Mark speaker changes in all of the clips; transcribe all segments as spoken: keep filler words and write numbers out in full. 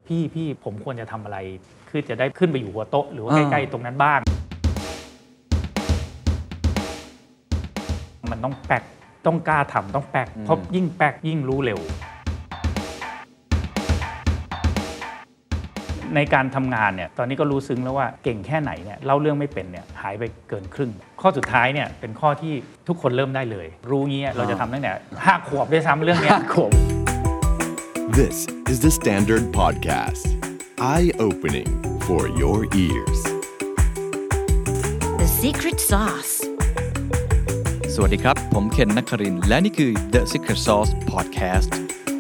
Speaker 1: พี่พี่ผมควรจะทำอะไรคือจะได้ขึ้นไปอยู่หัวโต๊ะหรือว่าใกล้ๆตรงนั้นบ้างมันต้องแป๊กต้องกล้าทำต้องแป๊กเพราะยิ่งแป๊กยิ่งรู้เร็วในการทำงานเนี่ยตอนนี้ก็รู้ซึ้งแล้วว่าเก่งแค่ไหนเนี่ยเล่าเรื่องไม่เป็นเนี่ยหายไปเกินครึ่งข้อสุดท้ายเนี่ยเป็นข้อที่ทุกคนเริ่มได้เลยรู้งี้เราจะทำตั้งแต่ห้าขวบด้วยซ้ำเรื่องนี้ห้าขวบ
Speaker 2: This is the Standard Podcast Eye-opening for your ears
Speaker 3: The Secret Sauce
Speaker 4: สวัสดีครับผมเคนนักครินทร์และนี่คือ The Secret Sauce Podcast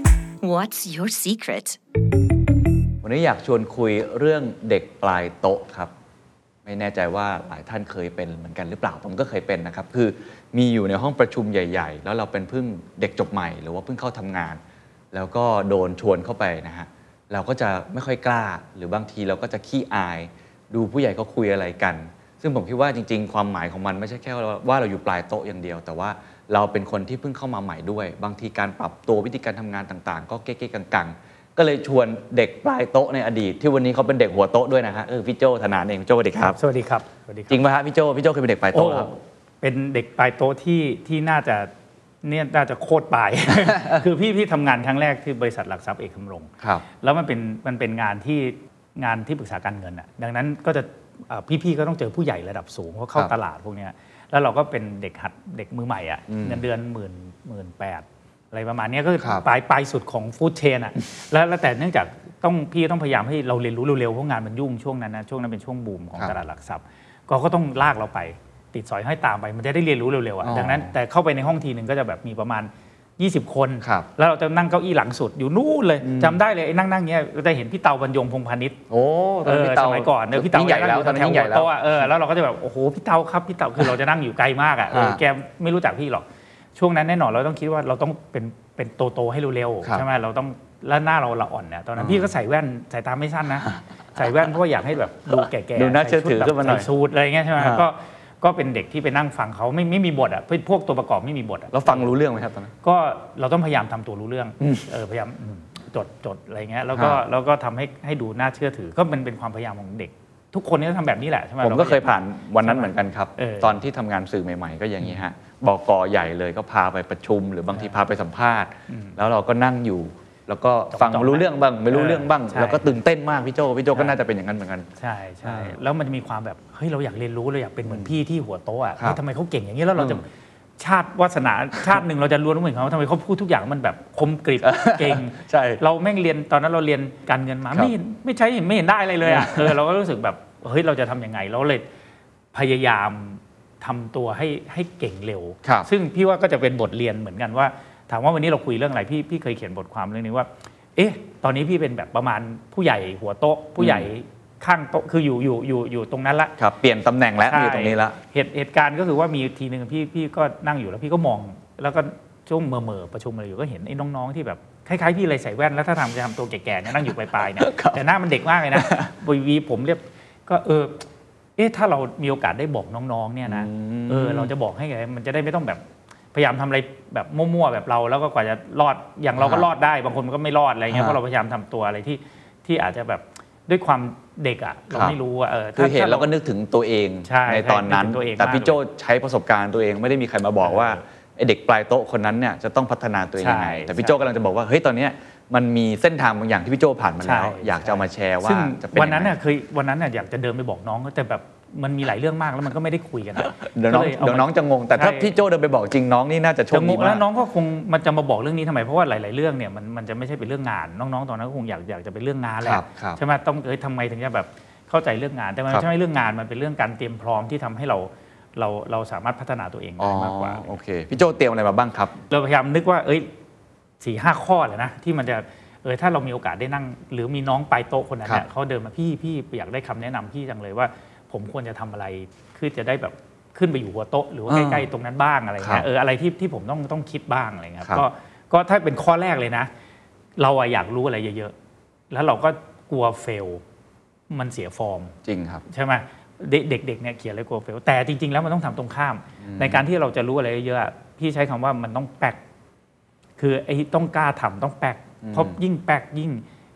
Speaker 3: What's your secret
Speaker 5: วันนี้อยากชวนคุยเรื่องเด็กปลายโต๊ะครับไม่แน่ใจว่าหลายท่านเคยเป็นเหมือนกันหรือเปล่าผมก็เคยเป็นนะครับคือมีอยู่ในห้องประชุมใหญ่ๆแล้วเราเป็นเพิ่งเด็กจบใหม่หรือว่าเพิ่งเข้าทำงานแล้วก็โดนชวนเข้าไปนะฮะเราก็จะไม่ค่อยกล้าหรือบางทีเราก็จะขี้อายดูผู้ใหญ่เขาคุยอะไรกันซึ่งผมคิดว่าจริงๆความหมายของมันไม่ใช่แค่ว่าเราอยู่ปลายโต๊ะอย่างเดียวแต่ว่าเราเป็นคนที่เพิ่งเข้ามาใหม่ด้วยบางทีการปรับตัววิธีการทำงานต่างๆก็เก๊ๆกังๆก็เลยชวนเด็กปลายโต๊ะในอดีตที่วันนี้เขาเป็นเด็กหัวโต๊ะด้วยนะฮะเออพี่โจธนานเองพี่โจสวัสดีครับ
Speaker 1: สวัสดีครับสวัสดีครับ
Speaker 5: จริงป่ะฮะพี่โจพี่โจเคยเป็นเด็กปลายโต๊ะครับ
Speaker 1: เป็นเด็กปลายโต๊ะที่ที่น่าจะเนี่ยน่าจะโคตรปลาย คือพี่พี่ทำงานครั้งแรกที่บริษัทหลักทรัพย์เอกคำรง
Speaker 5: ครับ
Speaker 1: แล้วมันเป็นมันเป็นงานที่งานที่ปรึกษาการเงินอ่ะดังนั้นก็จะพี่ๆก็ต้องเจอผู้ใหญ่ระดับสูงเพราะเข้าตลาดพวกนี้แล้วเราก็เป็นเด็กหัดเด็กมือใหม่อ่ะเงินเดือนหมื่นหมื่นแปดอะไรประมาณนี้ก็คือปลายปลายสุดของฟู้ดเชนอ่ะแล้วแต่เนื่องจากต้องพี่ต้องพยายามให้เราเรียนรู้เร็วๆเพราะงานมันยุ่งช่วงนั้นนะช่วงนั้นเป็นช่วงบูมของตลาดหลักทรัพย์ก็ก็ต้องลากเราไปติดสอยห้อยตามไปมันจะได้เรียนรู้เร็วๆอ่ะดังนั้นแต่เข้าไปในห้องทีนึงก็จะแบบมีประมาณยี่สิบคนแล้วเราจะนั่งเก้าอี้หลังสุดอยู่นู่นเลยจำได้เลยไอ้นั่งนั่งเงี้ยจะเห็นพี่เตาบรรยงพงษ์พาณิชย์
Speaker 5: โอ้ตอนพี่เตา
Speaker 1: สมัยก่อนเนี่ยพี่เตา
Speaker 5: ใหญ่แล้วตอนนี้ใหญ่แล้ว
Speaker 1: เออแล้วเราก็จะแบบโอ้โหพี่เตาครับพี่เตาคือเราจะนั่งอยู่ไกลมากอ่ะแกไม่รู้จักพี่หรอกช่วงนั้นแน่นอนเราต้องคิดว่าเราต้องเป็นเป็นโตโตให้เร็วๆใช่ไหมเราต้องแล้วหน้าเราละอ่อนเนี่ยตอนนั้นพี่ก็ใส่แว่นสายตาไม่สั้นนะใส่แว่นเพราะว่าอยากให้แบบดูแก่ๆ
Speaker 5: ดูน่าเชื่อถือขึ้นมาหน่อย
Speaker 1: ใส่สูทอะไรเงี้ยใช่ไหมก็ก็เป็นเด็กที่ไปนั่งฟังเขาไม่ไม่มีบทอ่ะพวกตัวประกอบไม่มีบทอ่ะ
Speaker 5: แล้วฟังรู้เรื่องไหมครับตอนนั้น
Speaker 1: ก็เราต้องพยายามทำตัวรู้เรื่องเออพยายามจดจดอะไรเงี้ยแล้วก็แล้วก็ทำให้ให้ดูน่าเชื่อถือก็เป็นเป็นความพยายามของเด็กทุกคนนี่ทำแบบนี้แหละใช่ไหม
Speaker 5: ผมก็เคยผ่านวันนั้นเหมือนกันครับตอนที่ทำงานสื่อใหม่ๆก็อย่างนี้ฮะบก.ใหญ่เลยก็พาไปประชุมหรือบางทีพาไปสัมภาษณ์แล้วเราก็นั่งอยู่แล้วก็ฟังรู้เรื่องบ้างไม่รู้เรื่องบ้างแล้วก็ตื่นเต้นมากพี่โจพี่โจก็น่าจะเป็นอย่างนั้นเหมือนกัน
Speaker 1: ใช่ใช่แล้วมันจะมีความแบบเฮ้ยเราอยากเรียนรู้เราอยากเป็นเหมือนพี่ที่หัวโต๊ะอ่ะทำไมเขาเก่งอย่างนี้แล้วเราจะชาติวาสนาชาติหนึ่งเราจะรู้เหมือนเขาทำไมเขาพูดทุกอย่างมันแบบคมกริบเก่ง
Speaker 5: ใช่
Speaker 1: เราแม่งเรียนตอนนั้นเราเรียนการเงินมาไม่ไม่ใช่ไม่เห็นได้อะไรเลยอ่ะเออเราก็รู้สึกแบบเฮ้ยเราจะทำยังไงเราเลยพยายามทำตัวให้ให้เก่งเร็วซึ่งพี่ว่าก็จะเป็นบทเรียนเหมือนกันว่าถามว่าวันนี้เราคุยเรื่องอะไรพี่พี่เคยเขียนบทความเรื่องนี้ว่าเอ๊ะตอนนี้พี่เป็นแบบประมาณผู้ใหญ่หัวโต๊ะผู้ใหญ่ข้างโต๊ะคืออยู่อยู่อยู่อยู่ตรงนั้นละ
Speaker 5: ครับเปลี่ยนตำแหน่งแล้วอยู่ตรงนี้ละ
Speaker 1: เหตุเหตุการณ์ก็คือว่ามีทีนึงพี่พี่ก็นั่งอยู่แล้วพี่ก็มองแล้วก็ช่วงเมื่อเมื่อประชุมอะไรอยู่ก็เห็นไอ้น้องๆที่แบบคล้ายๆพี่เลยใส่แว่นแล้วถ้าทำจะทำตัวแก่ๆเนี่ยนั่งอยู่ปลายๆเนี่ยแต่หน้ามันเด็กมากเลยนะวีผมเรียบก็เออเอ๊ะถ้าเรามีโอกาสได้บอกน้องๆเนี่ยนะเออเราจะบอกให้ไงมันจะได้ไม่ต้องแบบพยายามทำอะไรแบบมั่วๆแบบเราแล้วก็กว่าจะรอดอย่างเราก็รอดได้บางคนมันก็ไม่รอดอะไรเงี้ยเพราะเราพยายามทำตัวอะไรที่ที่อาจจะแบบด้วยความเด็กอ่ะเราไม่รู้ว่าเออ
Speaker 5: คือเห็นเราก็นึกถึงตัวเองในตอนนั้นแต่พี่โจใช้ประสบการณ์ตัวเองไม่ได้มีใครมาบอกว่าไอเด็กปลายโต๊ะคนนั้นเนี่ยจะต้องพัฒนาตัวเองยังไงแต่พี่โจกำลังจะบอกว่าเฮ้ยตอนนี้มันมีเส้นทางบางอย่างที่พี่โจผ่านมาแล้วอยากจะเอามาแชร์ว่า
Speaker 1: จะเป็นวันนั้นน่ะเคยวันนั้นน่ะอยากจะเดินไปบอกน้องแต่แบบมันมีหลายเรื่องมากแล้วมันก็ไม่ได้คุยกัน
Speaker 5: เดี๋ยวน้องเดี๋ยวน้องจะงงแต่ถ้าพี่โจเดินไปบอกจริงน้องนี่น่าจะโชคดีมาก
Speaker 1: แล้วน้องก็คงมันจะมาบอกเรื่องนี้ทำไมเพราะว่าหลายๆเรื่องเนี่ยมันมันจะไม่ใช่เป็นเรื่องงานน้องๆตอนนั้นก็คงอยากอยากจะเป็นเรื่องงานแหละใช่ไหมต้องเอ้ยทำไมถึงจะแบบเข้าใจเรื่องงานแต่มันไม่ใช่เรื่องงานมันเป็นเรื่องการเตรียมพร้อมที่ทำให้เราเราเราสามารถพัฒนาตัวเองได้มากกว่า
Speaker 5: โอเคพี่โจเตรียมอะไรมาบ้างครับ
Speaker 1: เราพยายามนึกว่าเอ้ยสี่ห้าข้อเลยนะที่มันจะเออถ้าเรามีโอกาสได้นั่งหรือมีน้องปลายโต๊ะคนนั้นเนี่ยเขาเดินมาพี่พี่อยากได้คำแนะนำพี่จังเลยว่าผมควรจะทำอะไรคือจะได้แบบขึ้นไปอยู่หัวโต๊ะหรือว่าใกล้ๆตรงนั้นบ้างอะไรเงี้ยเอออะไรที่ที่ผมต้องต้องคิดบ้างอะไรเงี้ยก็ก็ถ้าเป็นข้อแรกเลยนะเราอยากรู้อะไรเยอะๆแล้วเราก็กลัวเฟลมันเสียฟอร์ม
Speaker 5: จริงครับ
Speaker 1: ใช่ไหมเด็กๆเนี่ยเขียนเลยกลัวเฟลแต่จริงๆแล้วมันต้องทำตรงข้ามในการที่เราจะรู้อะไรเยอะๆพี่ใช้คำว่ามันต้องแป๊กคือไอ้ต้องกล้าทำต้องแป๊กเพราะยิ่งแป๊กยิ่ง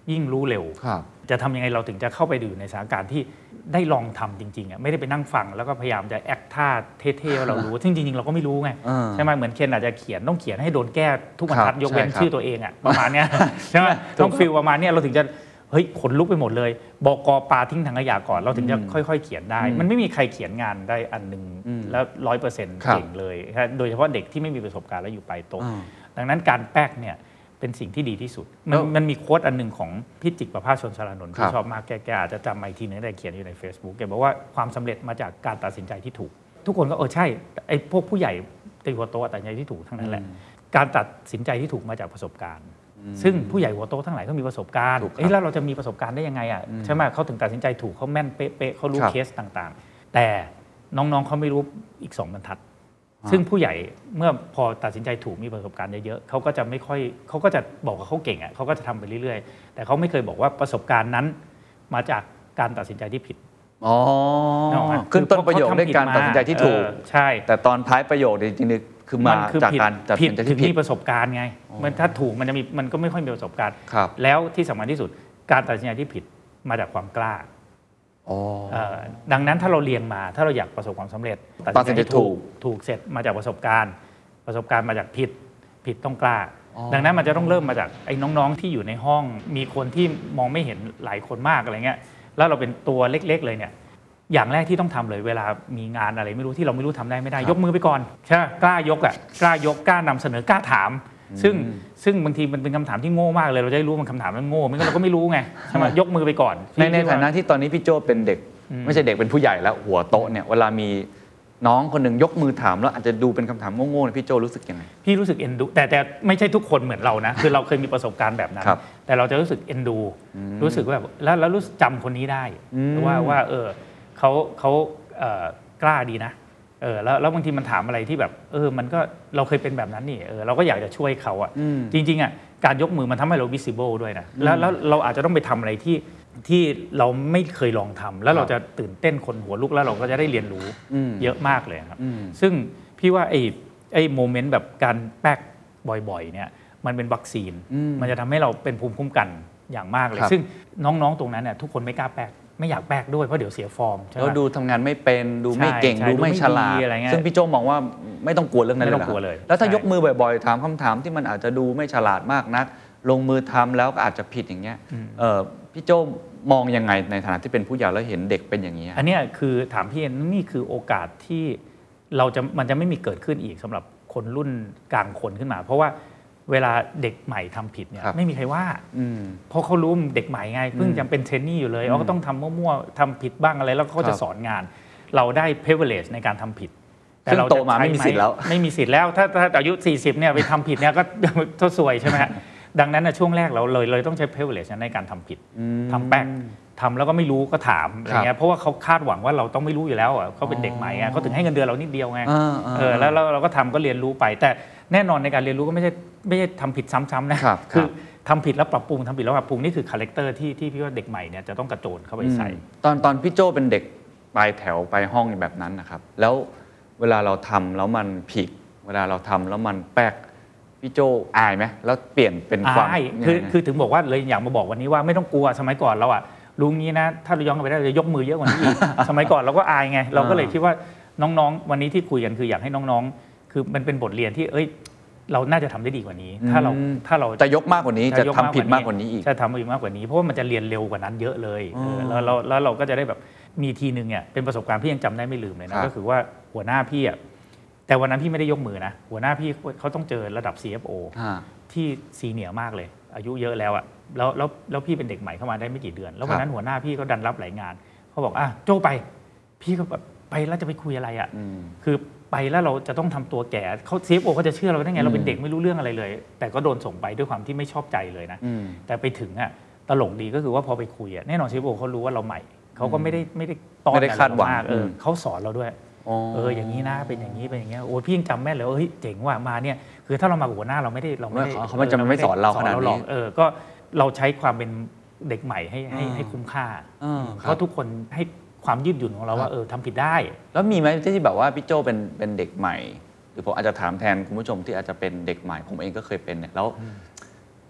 Speaker 1: ยิ่งรู้เร็ว
Speaker 5: ครับ
Speaker 1: จะทำยังไงเราถึงจะเข้าไปอยู่ในสถานการณ์ที่ได้ลองทำจริงๆอ่ะไม่ได้ไปนั่งฟังแล้วก็พยายามจะแอคท่าเท่ๆว่าเรารู้ ซึ่งจริงๆเราก็ไม่รู้ไง
Speaker 5: อ่า
Speaker 1: ใช่ไหมเหมือนเคนอาจจะเขียนต้องเขียนให้โดนแก้ทุกบรรทัด
Speaker 5: ครับ
Speaker 1: ยกเว้น
Speaker 5: ใช่ครับ
Speaker 1: ชื่อตัวเองอ่ะประมาณเนี้ย ใช่ไหมต้องฟีลประมาณเนี้ยเราถึงจะเฮ้ยขนลุกไปหมดเลยบกปาทิ้งถังขยะก่อนเราถึงจะค่อยๆเขียนได้ มันไม่มีใครเขียนงานได้อันหนึ่งแล้วร้อยเปอร์เซ็นต์
Speaker 5: ครับ
Speaker 1: เก่งเลยโดยเฉพาะเด็กที่ไม่มีประสบการณ์แล้วอยู่ปลายโต๊ะ
Speaker 5: อ่า
Speaker 1: ดังนั้นการแป๊กเนี่ยเป็นสิ่งที่ดีที่สุด มัน
Speaker 5: แล้ว
Speaker 1: มันมีโค้ดอันหนึ่งของพิจิตรประภาสชนสารนนท์
Speaker 5: ค
Speaker 1: ที่
Speaker 5: รับ
Speaker 1: ชอบมากแกแกอาจจะจำมาอีกทีนึงได้เขียนอยู่ใน Facebook แกบอกว่าความสำเร็จมาจากการตัดสินใจที่ถูก ทุกคนก็เออใช่ไอ้พวกผู้ใหญ่ตีหัวโตตัดสินใจที่ถูกทั้งนั้นแหละการตัดสินใจที่ถูกมาจากประสบการณ์ ซึ่งผู้ใหญ่หัวโตทั้งหลายก็มีประสบการณ์
Speaker 5: ถูกครับ
Speaker 1: เอ้ยแล้วเราจะมีประสบการณ์ได้ยังไงอ่ะใช่ไหมเขาถึงตัดสินใจถูกเขาแม่นเป๊ะๆเขารู้
Speaker 5: ครับ
Speaker 1: เคสต่างๆ แต่น้องๆเขาไม่รู้อีกสองบรรทัด ซึ่งผู้ใหญ่เมื่อพอตัดสินใจถูกมีประสบการณ์เยอะๆเขาก็จะไม่ค่อยเขาก็จะบอกว่าเขาเก่งอ่ะเขาก็จะทำไปเรื่อยๆ แต่เขาไม่เคยบอกว่าประสบการณ์นั้นมาจากการตัดสินใจที่ผิด
Speaker 5: อ๋อ
Speaker 1: นึกออกไหม
Speaker 5: ขึ้นต้นประโยคด้วยการตัดสินใจที่ถูก
Speaker 1: เออใช่
Speaker 5: แต่ตอนท้ายประโยคเนี่ยจริงๆคือมา
Speaker 1: คือ
Speaker 5: จาก
Speaker 1: ผิด
Speaker 5: การตัด
Speaker 1: ผิด
Speaker 5: สินใจ
Speaker 1: ถึ
Speaker 5: ที่
Speaker 1: ง
Speaker 5: ผิด
Speaker 1: มีประสบการณ์ไงมันถ้าถูกมันจะมีมันก็ไม่ค่อยมีประสบการณ์
Speaker 5: ครับ
Speaker 1: แล้วที่สำคัญที่สุดการตัดสินใจที่ผิดมาจากความกล้า
Speaker 5: อ๋อ
Speaker 1: เอ่อดังนั้นถ้าเราเรียงมาถ้าเราอยากประสบความสำเร็จ
Speaker 5: ตัดสินใจถูก
Speaker 1: ถูกเสร็จมาจากประสบการณ์ ประสบการณ์มาจากผิดผิดต้องกล้า ดังนั้นมันจะต้องเริ่มมาจากไอ้น้องๆที่อยู่ในห้องมีคนที่มองไม่เห็นหลายคนมากอะไรเงี้ยแล้วเราเป็นตัวเล็กๆเลยเนี่ยอย่างแรกที่ต้องทำเลยเวลามีงานอะไรไม่รู้ที่เราไม่รู้ทำได้ไม่ได้ ยกมือไปก่อนใช่ไหมกล้ายกอ่ะกล้ายกกล้านำเสนอกล้าถาม ซึ่งซึ่งบางทีมันเป็นคำถามที่โง่มากเลยเราจะได้รู้มันคำถามมันโง่ไม่งั้นเราก็ไม่รู้ไงใช่ไหมยกมือไปก่อน
Speaker 5: ในในฐานะที่ตอนนี้พี่โจเป็นเด็ก ไม่ใช่เด็กเป็นผู้ใหญ่แล้วหัวโตะเนี่ยเวลามีน้องคนหนึ่งยกมือถามแล้วอาจจะดูเป็นคำถามโง่ๆเนี่ยพี่โจรู้สึกยังไง
Speaker 1: พี่รู้สึกเอ็นดูแต่แต่ไม่ใช่ทุกคนเหมือนเรานะ คือเราเคยมีประสบการณ์แบบนั้น
Speaker 5: ครับ
Speaker 1: แต่เราจะรู้สึกเอ็นดู รู้สึกว่าแบบแล้วแล้วรู้สึกจำคนนี้ได้
Speaker 5: อืม
Speaker 1: ว่าว่าเออเขาเขาเอ่อกล้าดีนะเออแล้วแล้วบางทีมันถามอะไรที่แบบเออมันก็เราเคยเป็นแบบนั้นนี่เออเราก็อยากจะช่วยเขาอ่ะจริงๆอ่ะการยกมือมันทำให้เรา visible ด้วยนะแล้วแล้วเราอาจจะต้องไปทำอะไรที่ที่เราไม่เคยลองทำแล้วเราจะตื่นเต้นคนหัวลุกแล้วเราก็จะได้เรียนรู้เยอะมากเลยครับซึ่งพี่ว่าไอ้ไอ้โมเมนต์แบบการแป๊กบ่อยๆเนี่ยมันเป็นวัคซีนมันจะทำให้เราเป็นภูมิคุ้มกันอย่างมากเลย
Speaker 5: ครับ
Speaker 1: ซึ่งน้องๆตรงนั้นเนี่ยทุกคนไม่กล้าแป๊กไม่อยากแป๊กด้วยเพราะเดี๋ยวเสียฟอร์มใช่ไหม
Speaker 5: แล้วดูทำงานไม่เป็นดูไม่เก่ง
Speaker 1: ใช่
Speaker 5: ดูไม่
Speaker 1: ดูไม่
Speaker 5: ฉลาด
Speaker 1: ดีอะไรเงี้ย
Speaker 5: ซึ่งพี่โจมองว่าไม่ต้องกลัวเรื่องนั้น
Speaker 1: ไม่
Speaker 5: เลย
Speaker 1: ต้องกลัวเลย
Speaker 5: แล้วถ้า
Speaker 1: ใช่
Speaker 5: ยกมือบ่อยๆ ถามคำถามที่มันอาจจะดูไม่ฉลาดมากนัก ลงมือทำแล้วก็อาจจะผิดอย่างเงี้ยเออพี่โจมองยังไงในฐานะที่เป็นผู้ใหญ่แล้วเห็นเด็กเป็นอย่างนี้ย
Speaker 1: อันเนี้ยคือถามพี่เอ็นนี่คือโอกาสที่เราจะมันจะไม่มีเกิดขึ้นอีกสำหรับคนรุ่นกลางคนขึ้นมา เพราะว่าเวลาเด็กใหม่ทำผิดเนี่ย
Speaker 5: ครับ
Speaker 1: ไม่มีใครว่า
Speaker 5: อืม
Speaker 1: เพราะเขารู้เด็กใหม่ไงเพิ่งจะเป็นเทรนนี่อยู่เลยเขาก็ต้องทำมั่วๆทำผิดบ้างอะไรแล้วเขา
Speaker 5: ครั
Speaker 1: จะ
Speaker 5: บ
Speaker 1: สอนงาน เราได้ privilege ในการทำผิด
Speaker 5: ซึ่ง
Speaker 1: เรา
Speaker 5: โต
Speaker 1: จะ
Speaker 5: มา
Speaker 1: ใช้
Speaker 5: ไม่มีสิทธิ์แล้ว
Speaker 1: ไม่มีสิทธิ์แล้วถ้าถ้าอายุสี่สิบเนี่ยไปทำผิดเนี่ยก็ ก็สวยใช่ไหมฮะดังนั้นนะช่วงแรกเราเลยเลยต้องใช้ privilege ในการทำผิดทำแป๊กทำแล้วก็ไม่รู้ก็ถามอะไรเงี้ยเพราะว่าเขาคาดหวังว่าเราต้องไม่รู้อยู่แล้วอ่ะเขาเป็นเด็กใหม่ไงเขาถึงให้เงินเดือนเรานิดเดียวไง
Speaker 5: อ่าอ่า
Speaker 1: เออแล้วเราเราก็ทำก็เรียนรู้ไป แต่แน่นอนในการเรียนรู้ก็ไม่ใช่ไม่ใช่ทำผิดซ้ำๆนะครับ
Speaker 5: ครับ
Speaker 1: อทำผิดแล้วปรับปรุงทำผิดแล้วปรับปรุงนี่คือคาแรคเตอร์ที่ที่พี่ว่าเด็กใหม่เนี่ยจะต้องกระโจนเข้าไปใส่
Speaker 5: ตอนตอนพี่โจเป็นเด็กปลายแถวปลายห้องแบบนั้นนะครับ แล้วเวลาเราทำแล้วมันผิด เวลาเราทำแล้วมันแป๊กพี่โจอายไหมแล้วเปลี่ยนเป็นความ
Speaker 1: ใช่
Speaker 5: ยังไง
Speaker 1: คือ
Speaker 5: นะ
Speaker 1: คือถึงบอกว่าเลยอยากมาบอกวันนี้ว่าไม่ต้องกลัวสมัยก่อนเราอะรู้งี้นะถ้าเราย้อนกลับไปได้เราจะยกมือเยอะกว่านี้อีก สมัยก่อนเราก็อายไง เราก็เลยคิดว่าน้องๆ วันนี้ที่คุยกันคืออยากให้น้องๆ คือมันเป็นบทเรียนที่เอ้ยเราน่าจะทำได้ดีกว่านี้ ถ้าเราถ้าเรา
Speaker 5: จะยกมากกว่านี้จะทำผิดมากกว่านี้อีก
Speaker 1: จะทำผิดมากกว่านี้เพราะว่ามันจะเรียนเร็วกว่านั้นเยอะเลยเออแล้วเราแล้วเราก็จะได้แบบมีทีนึงเนี่ยเป็นประสบการณ์พี่ยังจำได้ไม่ลืมเลย
Speaker 5: ครั
Speaker 1: นะ
Speaker 5: บ
Speaker 1: ก็คือว่าหัวหน้าพี่อะแต่วันนั้นพี่ไม่ได้ยกมือนะหัวหน้าพี่เขาต้องเจอระดับ ซี เอฟ โอ
Speaker 5: อ่า
Speaker 1: ที่ซีเนียร์มากเลย อายุเยอะแล้วอะแล้วแล้วแล้วพี่เป็นเด็กใหม่เข้ามาได้ไม่กี่เดือน แล้ววันนั้นหัวหน้าพี่ก็ดันรับหลายงานเขาบอกอ่ะโจ้ไป พี่ก็แบบไปแล้วจะไปคุยอะไรอะ
Speaker 5: อืม
Speaker 1: คือไปแล้วเราจะต้องทำตัวแก่เขาซีเอฟโอเขาจะเชื่อเราได้ไงเราเป็นเด็กไม่รู้เรื่องอะไรเลย แต่ก็โดนส่งไปด้วยความที่ไม่ชอบใจเลยนะ
Speaker 5: อืม
Speaker 1: แต่ไปถึงอะตลกดีก็คือว่าพอไปคุยอะแน่นอนซีเอฟโอเขารู้ว่าเราใหม่เขาก็ไม่ได้ไม่ได้ต้อน
Speaker 5: ไม่ได้คาดหวัง
Speaker 1: มากเอออ
Speaker 5: ม
Speaker 1: เขาสอนเราด้วย
Speaker 5: อ๋อ
Speaker 1: เอออย่างนี้นะเป็นอย่างนี้เป็นอย่างเงี้ยโอ้ยพี่ยังจำแม่นเลยว่าเฮ้ยเจ๋งว่ะมาเนี่ยคือถ้าเรามากับหัวหน้าเราไม่ได้เราไม่ได้
Speaker 5: เขาไม่จำไม่สอนเราขนาดนี้
Speaker 1: หรอกเออก็เราใช้ความเป็นเด็กใหม่ให้ให้ให้คุ้มค่า
Speaker 5: อ่า
Speaker 1: เพราะทุกคนให้ความยืดหยุ่นของเราว่าเออทำผิดได้
Speaker 5: แล้วมีไหมที่แบบว่าพี่โจเป็นเป็นเด็กใหม่ หรือผมอาจจะถามแทนคุณผู้ชมที่อาจจะเป็นเด็กใหม่ผมเองก็เคยเป็นเนี่ยแล้ว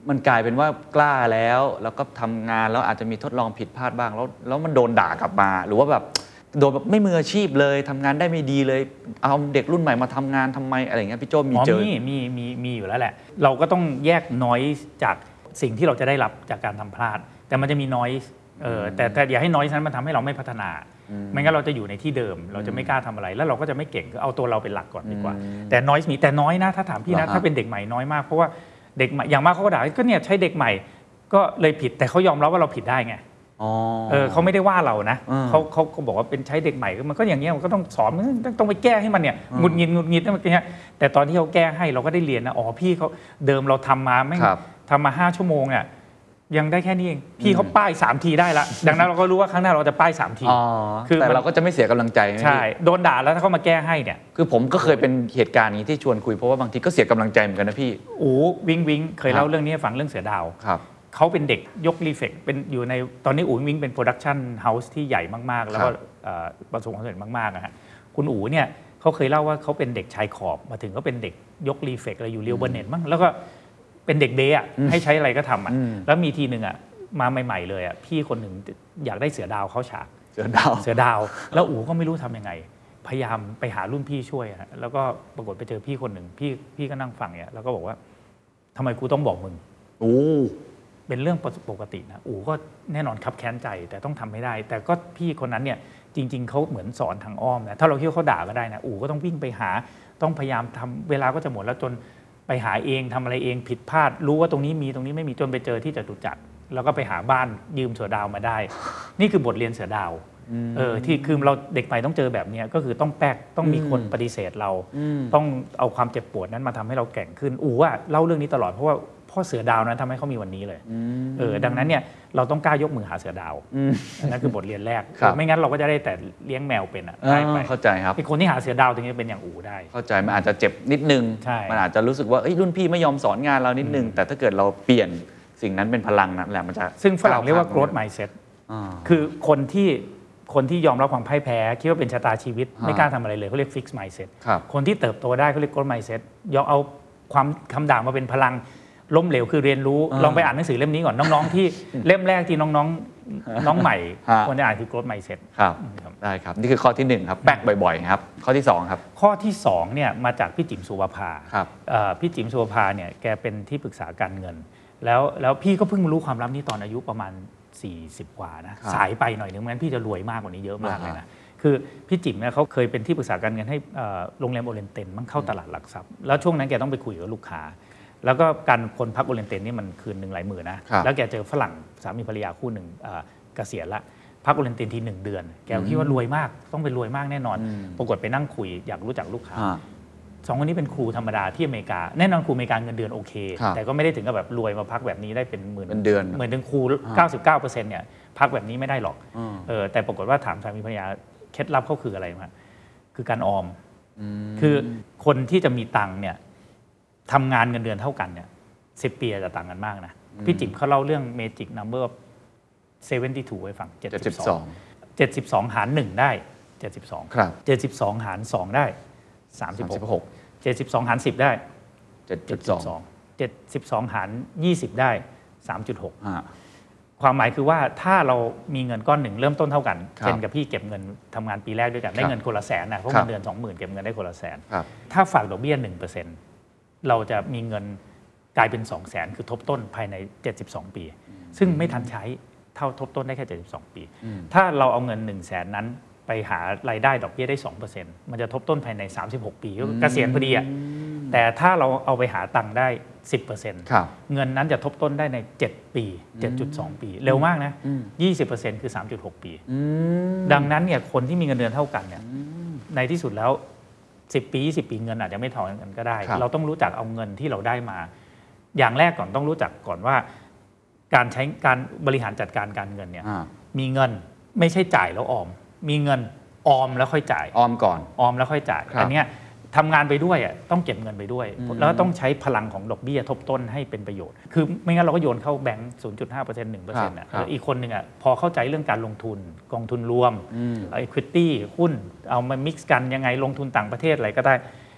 Speaker 5: มันกลายเป็นว่ากล้าแล้วแล้วก็ทำงานแล้วอาจจะมีทดลองผิดพลาดบ้างแล้วแล้วมันโดนด่ากลับมาหรือว่าแบบโดนแบบไม่มืออาชีพเลยทำงานได้ไม่ดีเลยเอาเด็กรุ่นใหม่มาทำงานทำไมอะไรเงี้ยพี่โจ้มีเจอมี
Speaker 1: มีมีมีอยู่แล้วแหละเราก็ต้องแยกน้อยจากสิ่งที่เราจะได้รับจากการทำพลาดแต่มันจะมีน้อยเออแต่แต่อย่าให้น้อยนั้นมันทำให้เราไม่พัฒนาไม่งั้นเราจะอยู่ในที่เดิมเราจะไม่กล้าทำอะไรแล้วเราก็จะไม่เก่งคือเอาตัวเราเป็นหลักก่อนดีกว่าแต่น้อยมีแต่น้อยนะถ้าถามพี่นะถ้าเป็นเด็กใหม่น้อยมากเพราะว่าเด็กใหม่อย่างมากเขาก็ด่าก็เนี่ยใช้เด็กใหม่ก็เลยผิดแต่เขายอมรับว่าเราผิดได้ไงเออเขาไม่ได้ว่าเรานะเขาเขาเขาบอกว่าเป็นใช้เด็กใหม่มันก็อย่างเงี้ยมันก็ต้องสอนต้องต้องไปแก้ให้มันเนี่ยงุดงิดงุดงิดนั่นเงี้ยแต่ตอนที่เขาแก้ให้เราก็ได้เรียนนะอ๋อพี่เขาเดิมเราทำมาไม่ทำมาห้าชั่วโมงเนี่ยยังได้แค่นี้เองพี่เขาป้ายสามทีได้ละดังนั้นเราก็รู้ว่าครั้งหน้าเราจะป้ายสามที
Speaker 5: คือแต่เราก็จะไม่เสียกำลังใจ
Speaker 1: ใช่โดนด่าแล้วถ้าเขามาแก้ให้เนี่ย
Speaker 5: คือผมก็เคยเป็นเหตุการณ์นี้ที่ชวนคุยเพราะว่าบางทีก็เสียกำลังใจเหมือนกันนะพี่
Speaker 1: โอ้วิงวิงเคยเล่าเรื่องนี้ให้ฟังเรื่องเสือดาวเขาเป็นเด็กยกรีเฟกเป็นอยู่ในตอนนี้อู๋วิงเป็นโปรดักชันเฮาส์ที่ใหญ่มากๆแล้วก็ประสบความสำเร็จมากๆนะฮะคุณอู๋เนี่ยเขาเคยเล่าว่าเขาเป็นเด็กชายขอบมาถึงก็เป็นเด็กยกรีเฟกอะไรอยู่เรียวเบอร์เน็ตมั้งแล้วก็เป็นเด็กเดย์อ่ะให้ใช้อะไรก็ทำอ่ะแล้วมีทีหนึ่งอ่ะมาใหม่ๆเลยอ่ะพี่คนหนึ่งอยากได้เสือดาวเข้าฉาก
Speaker 5: เสือดาว
Speaker 1: เสือดาวแล้วอู๋ก็ไม่รู้ทำยังไงพยายามไปหารุ่นพี่ช่วยฮะแล้วก็ปรากฏไปเจอพี่คนหนึ่งพี่พี่ก็นั่งฟังเนี่ยแล้วก็บอกว่าทำไมกูต้องบอกมึง
Speaker 5: โอ้
Speaker 1: เป็นเรื่องปกตินะอู๋ก็แน่นอนคับแค้นใจแต่ต้องทำให้ได้แต่ก็พี่คนนั้นเนี่ยจริงๆเขาเหมือนสอนทางอ้อมนะถ้าเราคิดว่าเขาด่าก็ได้นะอู๋ก็ต้องวิ่งไปหาต้องพยายามทำเวลาก็จะหมดแล้วจนไปหาเองทำอะไรเองผิดพลาดรู้ว่าตรงนี้มีตรงนี้ไม่มีจนไปเจอที่จตุจักรแล้วก็ไปหาบ้านยืมเสือดาวมาได้นี่คือบทเรียนเสือดาวเออที่คือเราเด็กใหม่ต้องเจอแบบนี้ก็คือต้องแป๊กต้องมีคนปฏิเสธเราต้องเอาความเจ็บปวดนั้นมาทำให้เราแกร่งขึ้นอู๋ว่าเล่าเรื่องนี้ตลอดเพราะว่าพ่อเสือดาวนั้นทำให้เขามีวันนี้เลยเออดังนั้นเนี่ยเราต้องกล้ายกมือหาเสือดาวนั่นคือบทเรียนแรกไม่งั้นเราก็จะได้แต่เลี้ยงแมวเป็นอ่ะได้ไป
Speaker 5: เข้าใจครับ
Speaker 1: ไอ้คนที่หาเสือดาวตรงนี้เป็นอย่างอู๋ได้
Speaker 5: เข้าใจมันอาจจะเจ็บนิดนึงมันอาจจะรู้สึกว่ารุ่นพี่ไม่ยอมสอนงานเรานิดนึงแต่ถ้าเกิดเราเปลี่ยนสิ่งนั้นเป็นพลังนั่นแหละมันจะ
Speaker 1: ซึ่งฝรั่งเรียกว่า growth mindset คือคนที่คนที่ยอมรับความพ่ายแพ้คิดว่าเป็นชะตาชีวิตไม่กล้าทำอะไรเลยเขาเรียก fixed mindset คนที่เติบโตได้เขาเรียก growth mindset ยอมเอาความคำด่ามาเป็นพลังล้มเหลวคือเรียนรู้ลองไปอ่านหนังสือเล่มนี้ก่อนน้องๆที่เล่มแรกที่น้องๆน้องใหม่ควรจะอ่านคือ growth mindset
Speaker 5: ครับได้ครับนี่คือข้อที่หนึ่งครับแบกบ่อยๆครับข้อที่สองครับ
Speaker 1: ข้อที่สองเนี่ยมาจากพี่จิ๋มสุวภาพี่จิ๋มสุวภาเนี่ยแกเป็นที่ปรึกษาการเงินแล้วแล้วพี่ก็เพิ่งมารู้ความลับนี้ตอนอายุประมาณสี่สิบกว่านะสายไปหน่อยนึงงั้นพี่จะรวยมากกว่านี้เยอะมากเลยนะคือพี่จิ๋มเนี่ยเขาเคยเป็นที่ปรึกษาการเงินให้โรงแรมโอเรนเตนมันเข้าตลาดหลักทรัพย์แล้วช่วงนั้นแกต้องไปคุยกับลูกค้าแล้วก็การคนพักโอเรนเตนนี่มันคืนหนึ่งหลายหมื่นนะแล้วแกเจอฝรั่งสามีภรรยาคู่หนึ่งเกษียณละพักโอเรนเตนทีหนึ่งเดือนแกคิดว่ารวยมากต้องเป็นรวยมากแน่นอนปรากฏไปนั่งคุยอยากรู้จักลูกค้าสองคนนี้เป็นครูธรรมดาที่อเมริกาแน่นอนครูอเมริกาเงินเดือนโอเคแต่ก็ไม่ได้ถึงกับแบบรวยมาพักแบบนี้ได้เป็นหมื่น
Speaker 5: เดือน
Speaker 1: เหมือนถึงครู เก้าสิบเก้าเปอร์เซ็นต์ เนี่ยพักแบบนี้ไม่ได้หรอกเออแต่ปรากฏว่าถามสามีภรรยาเคล็ดลับเขาคืออะไรมาคือการออมคือคนที่จะมีตังค์เนี่ยทำงานเงินเดือนเท่ากันเนี่ยสิบปีจะต่างกันมากนะพี่จิ๋มเขาเล่าเรื่อง Magic Number เจ็ดสิบสองให้ฟังเจ็ดสิบสอง เจ็ดสิบสองหารหนึ่งได้เจ็ดสิบสอง
Speaker 5: ครับ
Speaker 1: เจ็ดสิบสองหารสองได้สามสิบหก เจ็ดสิบสองหารสิบได้เจ็ดสิบสอง เจ็ดสิบสองหารยี่สิบได้ สามจุดหก อ่าความหมายคือว่าถ้าเรามีเงินก้อนหนึ่งเริ่มต้นเท่ากันเช่นกับพี่เก็บเงินทำงานปีแรกด้วยกันได้เงินคนละแสนนะเพราะเงินเดือน สองหมื่น เก็บเงินได้คนละแสนถ้าฝากดอกเบี้ย หนึ่งเปอร์เซ็นต์ เราจะมีเงินกลายเป็น สองแสน คือทบต้นภายในเจ็ดสิบสองปีซึ่งไม่ทันใช้เท่าทบต้นได้แค่เจ็ดสิบสองปีถ้าเราเอาเงิน หนึ่งแสน นั้นไปหารายได้ดอกเบี้ยได้ สองเปอร์เซ็นต์ มันจะทบต้นภายในสามสิบหกปีก็เกษียณพอดีอ่ะแต่ถ้าเราเอาไปหาตังค์ได้ สิบเปอร์เซ็นต์ เงินนั้นจะทบต้นได้ในเจ็ดปี เจ็ดจุดสอง ปีเร็วมากนะ ยี่สิบเปอร์เซ็นต์ คือ สามจุดหก ปีดังนั้นเนี่ยคนที่มีเงินเดือนเท่ากันเนี่ยในที่สุดแล้วสิบปียี่สิบปีเงินอาจจะไม่เท่ากันก็ได้เราต้องรู้จักเอาเงินที่เราได้มาอย่างแรกก่อนต้องรู้จักก่อนว่าการใช้การบริหารจัดการการเงินเนี่ยมีเงินไม่ใช่จ่ายแล้วออมมีเงินออมแล้วค่อยจ่าย
Speaker 5: ออมก่อน
Speaker 1: ออมแล้วค่อยจ่ายอันเนี้ยทำงานไปด้วยอ่ะต้องเก็บเงินไปด้วยแล้วต้องใช้พลังของดอกเบี้ยทบต้นให้เป็นประโยชน์คือไม่งั้นเราก็โยนเข้าแบงก์ ศูนย์จุดห้าเปอร์เซ็นต์ หนึ่งเปอร์เซ็นต์ อ่ะอีกคนนึงอ่ะพอเข้าใจเรื่องการลงทุนกองทุนรวม equity หุ้นเอามา mix กันยังไงลงทุนต่างประเทศอะไรก็ได้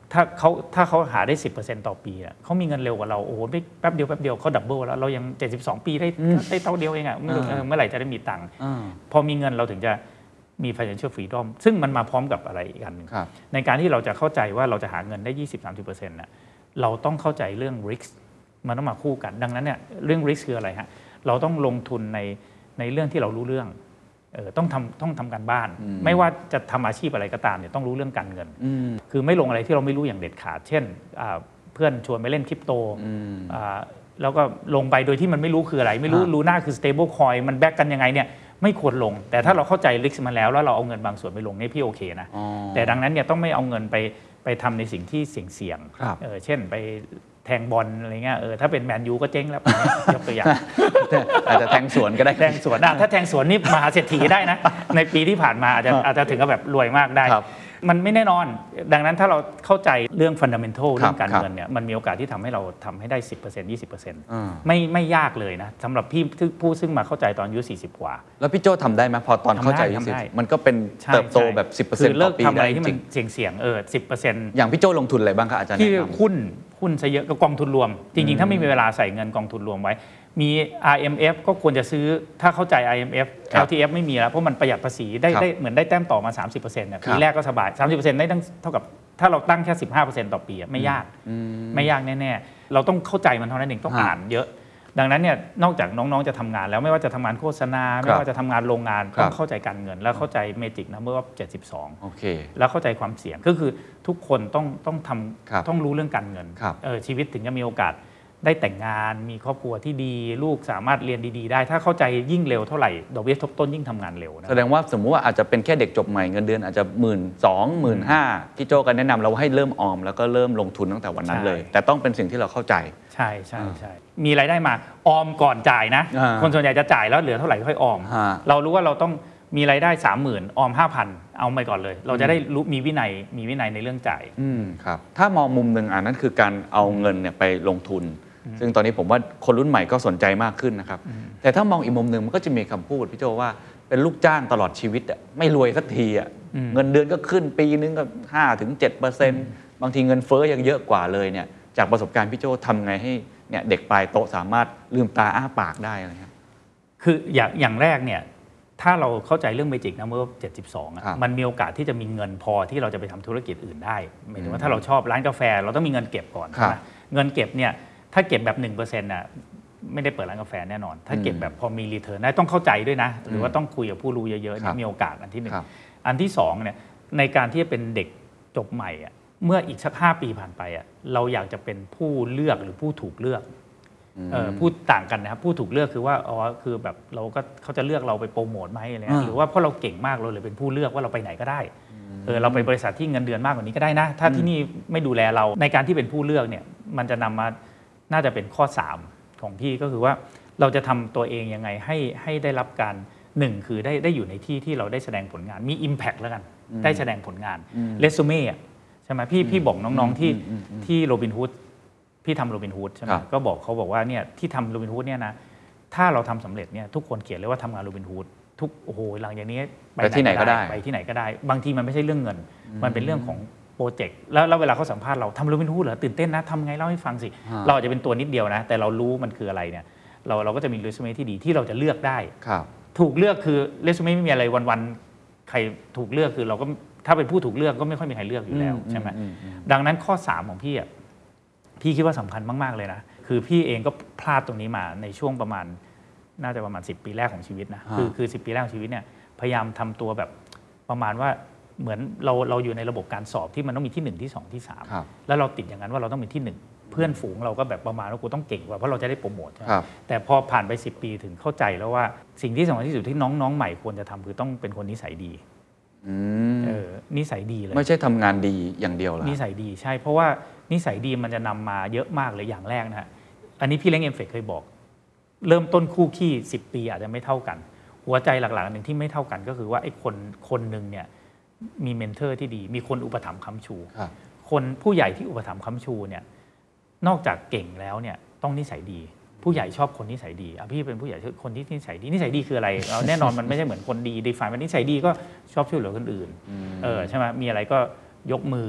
Speaker 1: ถ้าเขาถ้าเขาหาได้ สิบเปอร์เซ็นต์ ต่อปีอ่ะเขามีเงินเร็วกว่าเราโอ้โหไม่แป๊บเดียวแป๊บเดียวเขาดับเบิลแล้วเรายังเจ็ดสิบสองปีได้ได้เท่าเดียวเองอ่ะเมื่อเมื่อไหร่จะได้มีตังค์พอมีเงินเราถึงจะมี financial freedom ซึ่งมันมาพร้อมกับอะไรอีกอันหนึ่งในการที่เราจะเข้าใจว่าเราจะหาเงินได้ ยี่สิบถึงสามสิบเปอร์เซ็นต์ น่ะเราต้องเข้าใจเรื่อง risk มันต้องมาคู่กันดังนั้นเนี่ยเรื่อง risk คืออะไรฮะเราต้องลงทุนในในเรื่องที่เรารู้เรื่องเออต้องทำต้องทำการบ้านไม่ว่าจะทำอาชีพอะไรก็ตามเนี่ยต้องรู้เรื่องการเงินคือไม่ลงอะไรที่เราไม่รู้อย่างเด็ดขาดเช่นเพื่อนชวนไปเล่นคริปโตแล้วก็ลงไปโดยที่มันไม่รู้คืออะไรไม่รู้รู้หน้าคือ stable coin มันแบกกันยังไงเนี่ยไม่ควรลงแต่ถ้าเราเข้าใจ risk มันแล้วแล้วเราเอาเงินบางส่วนไปลงเนี่ยพี่โอเคนะแต่ดังนั้นเนี่ยต้องไม่เอาเงินไปไปทำในสิ่งที่เสี่ยงๆเออเช่นไปแทงบอลอะไรเงี้ยเออถ้าเป็นแมนยูก็เจ๊งแล้วยกตัวอย่าง
Speaker 5: อาจจะแทงสวนก็ได้
Speaker 1: แทงสวนถ้าแทงสวนนี่มหาเศรษฐีได้นะในปีที่ผ่านมาอาจจะอาจจะถึงกับแบบรวยมากได้มันไม่แน่นอนดังนั้นถ้าเราเข้าใจเรื่อง fundamental เรื่องการเงินเนี่ยมันมีโอกาสที่ทำให้เราทำให้ได้ สิบเปอร์เซ็นต์ ยี่สิบเปอร์เซ็นต์ ไม่ไม่ยากเลยนะสำหรับพี่ผู้ซึ่งมาเข้าใจตอนอายุสี่สิบกว่า
Speaker 5: แล้วพี่โจทำได้ไหมพอตอนเข้าใจยี่สิบมันก็เป็นเติบโตแบบ สิบเปอร์เซ็นต์ ต่อปีได้จริง
Speaker 1: เสี่ยงๆเออ สิบเปอร์เซ็นต์
Speaker 5: อย่างพี่โจลงทุนอะไรบ้างครับอาจารย์
Speaker 1: ที่หุ้นหุ้นซะเยอะก็กองทุนรวมจริงๆถ้าไม่มีเวลาใส่เงินกองทุนรวมไว้มี อาร์ เอ็ม เอฟ ก็ควรจะซื้อถ้าเข้าใจ อาร์ เอ็ม เอฟ แอล ที เอฟ ไม่มีแล้วเพราะมันประหยัดภาษีได้ได้เหมือนได้แต้มต่อมา สามสิบเปอร์เซ็นต์ เนี่ยปีแรกก็สบาย สามสิบเปอร์เซ็นต์ ได้เท่ากับถ้าเราตั้งแค่ สิบห้าเปอร์เซ็นต์ ต่อปีไม่ยากไม่ยากแน่ๆเราต้องเข้าใจมันเท่านั้นเองต้องอ่านเยอะดังนั้นเนี่ยนอกจากน้องๆจะทำงานแล้วไม่ว่าจะทำงานโฆษณาไม่ว่าจะทำงานโรงงานต้องเข้าใจการเงินแล้วเข้าใจเมจิกนัมเบอร์เจ็ดสิบสองแล้วเข้าใจความเสี่ยงก็คือทุกคนต้องต้องทำต้องรู้เรื่องการเงินเออชีวิตถึงจะมีโอกาสได้แต่งงานมีครอบครัวที่ดีลูกสามารถเรียนดีๆได้ถ้าเข้าใจยิ่งเร็วเท่าไหร่ดอกเบี้ยทบต้นยิ่งทำงานเร็วนะ
Speaker 5: แสดงว่าสมมุติว่าอาจจะเป็นแค่เด็กจบใหม่เงินเดือนอาจจะหมื่นสองหมื่นห้าพี่โจก็แนะนำเราให้เริ่มออมแล้วก็เริ่มลงทุนตั้งแต่วันนั้นเลยแต่ต้องเป็นสิ่งที่เราเข้าใจ
Speaker 1: ใช่ใช่ใช่มีรายได้มาออมก่อนจ่ายนะคนส่วนใหญ่จะจ่ายแล้วเหลือเท่าไหร่ค่อยออมเรารู้ว่าเราต้องมีรายได้ สามหมื่น ออม ห้าพัน เอาไปก่อนเลยเราจะได้รู้มีวินัยมีวินัยในเรื่องจ่าย
Speaker 5: อืมครับถ้ามองมุมนึงอันนั้นคือการเอาเงินเนี่ยไปลงทุนซึ่งตอนนี้ผมว่าคนรุ่นใหม่ก็สนใจมากขึ้นนะครับแต่ถ้ามองอีกมุมนึงมันก็จะมีคำพูดพี่โจว่าเป็นลูกจ้างตลอดชีวิตอ่ะไม่รวยสักทีอ่ะเงินเดือนก็ขึ้นปีนึงก็ ห้าถึงเจ็ดเปอร์เซ็นต์ บางทีเงินเฟ้อยังเยอะกว่าเลยเนี่ยจากประสบการณ์พี่โจทำไงให้เนี่ยเด็กปลายโตสามารถลืมตาอ้าปากได้อะไรครับ
Speaker 1: คืออย่างอย่างแรกเนี่ยถ้าเราเข้าใจเรื่องเมจิกนัมเบอร์เจ็ดสิบสองอ่ะมันมีโอกาสที่จะมีเงินพอที่เราจะไปทำธุรกิจอื่นได้หมายถึงว่าถ้าเราชอบร้านกาแฟเราต้องมีเงินเก็บก่อนนะเงินเก็บเนี่ยถ้าเก็บแบบ หนึ่งเปอร์เซ็นต์ น่ะไม่ได้เปิดร้านกาแฟแน่นอนถ้าเก็บแบบพอมีรีเทิร์นได้ต้องเข้าใจด้วยนะหรือว่าต้องคุยกับผู้รู้เยอะๆมีโอกาสอันที่หนึ่งอันที่สองเนี่ยในการที่จะเป็นเด็กจบใหม่อ่ะเมื่ออีกสักห้าปีผ่านไปอ่ะเราอยากจะเป็นผู้เลือกหรือผู้ถูกเลือกเออพูดต่างกันนะครับผู้ถูกเลือกคือว่าอ๋อคือแบบเราก็เขาจะเลือกเราไปโปรโมทไหมอะไรหรือว่าเพราะเราเก่งมากเราเลยเป็นผู้เลือกว่าเราไปไหนก็ได้เออเราไปบริษัทที่เงินเดือนมากกว่านี้ก็ได้นะถ้าที่นี่ไม่ดูแลเราในการที่เป็นผู้เลือกเนี่ยมันจะนำมาน่าจะเป็นข้อสามของพี่ก็คือว่าเราจะทำตัวเองยังไงให้ให้ได้รับการหนึ่งคือได้ได้อยู่ในที่ที่เราได้แสดงผลงานมี impact แล้วกันได้แสดงผลงานเรซูเม่ใช่ไหมพี่พี่บอกน้องๆที่ที่โรบินฮูดพี่ทำโรบินฮูดใช่ไหมก็บอกเขาบอกว่าเนี่ยที่ทำโรบินฮูดเนี่ยนะถ้าเราทำสำเร็จเนี่ยทุกคนเขียนเลยว่าทำงานโรบินฮูดทุกโอ้โหหลังจากนี้
Speaker 5: ไปที่ไหนก็ได้
Speaker 1: ไปที่ไหนก็ได้บางทีมันไม่ใช่เรื่องเงินมันเป็นเรื่องของโปรเจกต์แล้วแล้วเวลาเขาสัมภาษณ์เราทำโรบินฮูดเหรอตื่นเต้นนะทำไงเล่าให้ฟังสิเราอาจจะเป็นตัวนิดเดียวนะแต่เรารู้มันคืออะไรเนี่ยเราเราก็จะมีเรซูเม่ที่ดีที่เราจะเลือกได้ถูกเลือกคือเรซูเม่ไม่มีอะไรวันๆใครถูกเลือกคือเราก็ถ้าเป็นผู้ถูกเลือกก็ไม่ค่อยมีใครเลือกอยู่แล้วใช่ไหมดังนั้นข้อสามของพี่อ่ะพี่คิดว่าสำคัญมากๆเลยนะคือพี่เองก็พลาดตรงนี้มาในช่วงประมาณน่าจะประมาณสิบปีแรกของชีวิตนะคือคือสิบปีแรกของชีวิตเนี่ยพยายามทำตัวแบบประมาณว่าเหมือนเราเราอยู่ในระบบการสอบที่มันต้องมีที่หนึ่งที่สองที่สามแล้วเราติดอย่างนั้นว่าเราต้องมีที่หนึ่งเพื่อนฝูงเราก็แบบประมาณว่ากูต้องเก่งกว่าเพราะเราจะได้โปรโมทแต่พอผ่านไปสิบปีถึงเข้าใจแล้วว่าสิ่งที่สำคัญที่สุดที่น้องๆใหม่ควรจะทำคือต้องเป็นคนนิสัยดีเออนิสัยดีเลย
Speaker 5: ไม่ใช่ทำงานดีอย่างเดียวหรอ
Speaker 1: นิสัยดีใช่เพราะว่านิสัยดีมันจะนำมาเยอะมากเลยอย่างแรกนะฮะอันนี้พี่เล้งเอ็มเฟกเคยบอกเริ่มต้นคู่ขี้สิบปีอาจจะไม่เท่ากันหัวใจหลักๆหนึ่งที่ไม่เท่ากันก็คือว่าไอ้คนคนหนึ่งเนี่ยมีเมนเทอร์ที่ดีมีคนอุปถัมภ์ค้ำชูคนผู้ใหญ่ที่อุปถัมภ์ค้ำชูเนี่ยนอกจากเก่งแล้วเนี่ยต้องนิสัยดีผู้ใหญ่ชอบคนนิสัยดีอ่ะพี่เป็นผู้ใหญ่คนที่นิสัยดีนิสัยดีคืออะไรเอาแน่นอนมันไม่ใช่เหมือนคนดีดีฝ่ายมันนิสัยดีก็ชอบช่วยเหลือคนอื่นเออใช่ไหมมีอะไรก็ยกมือ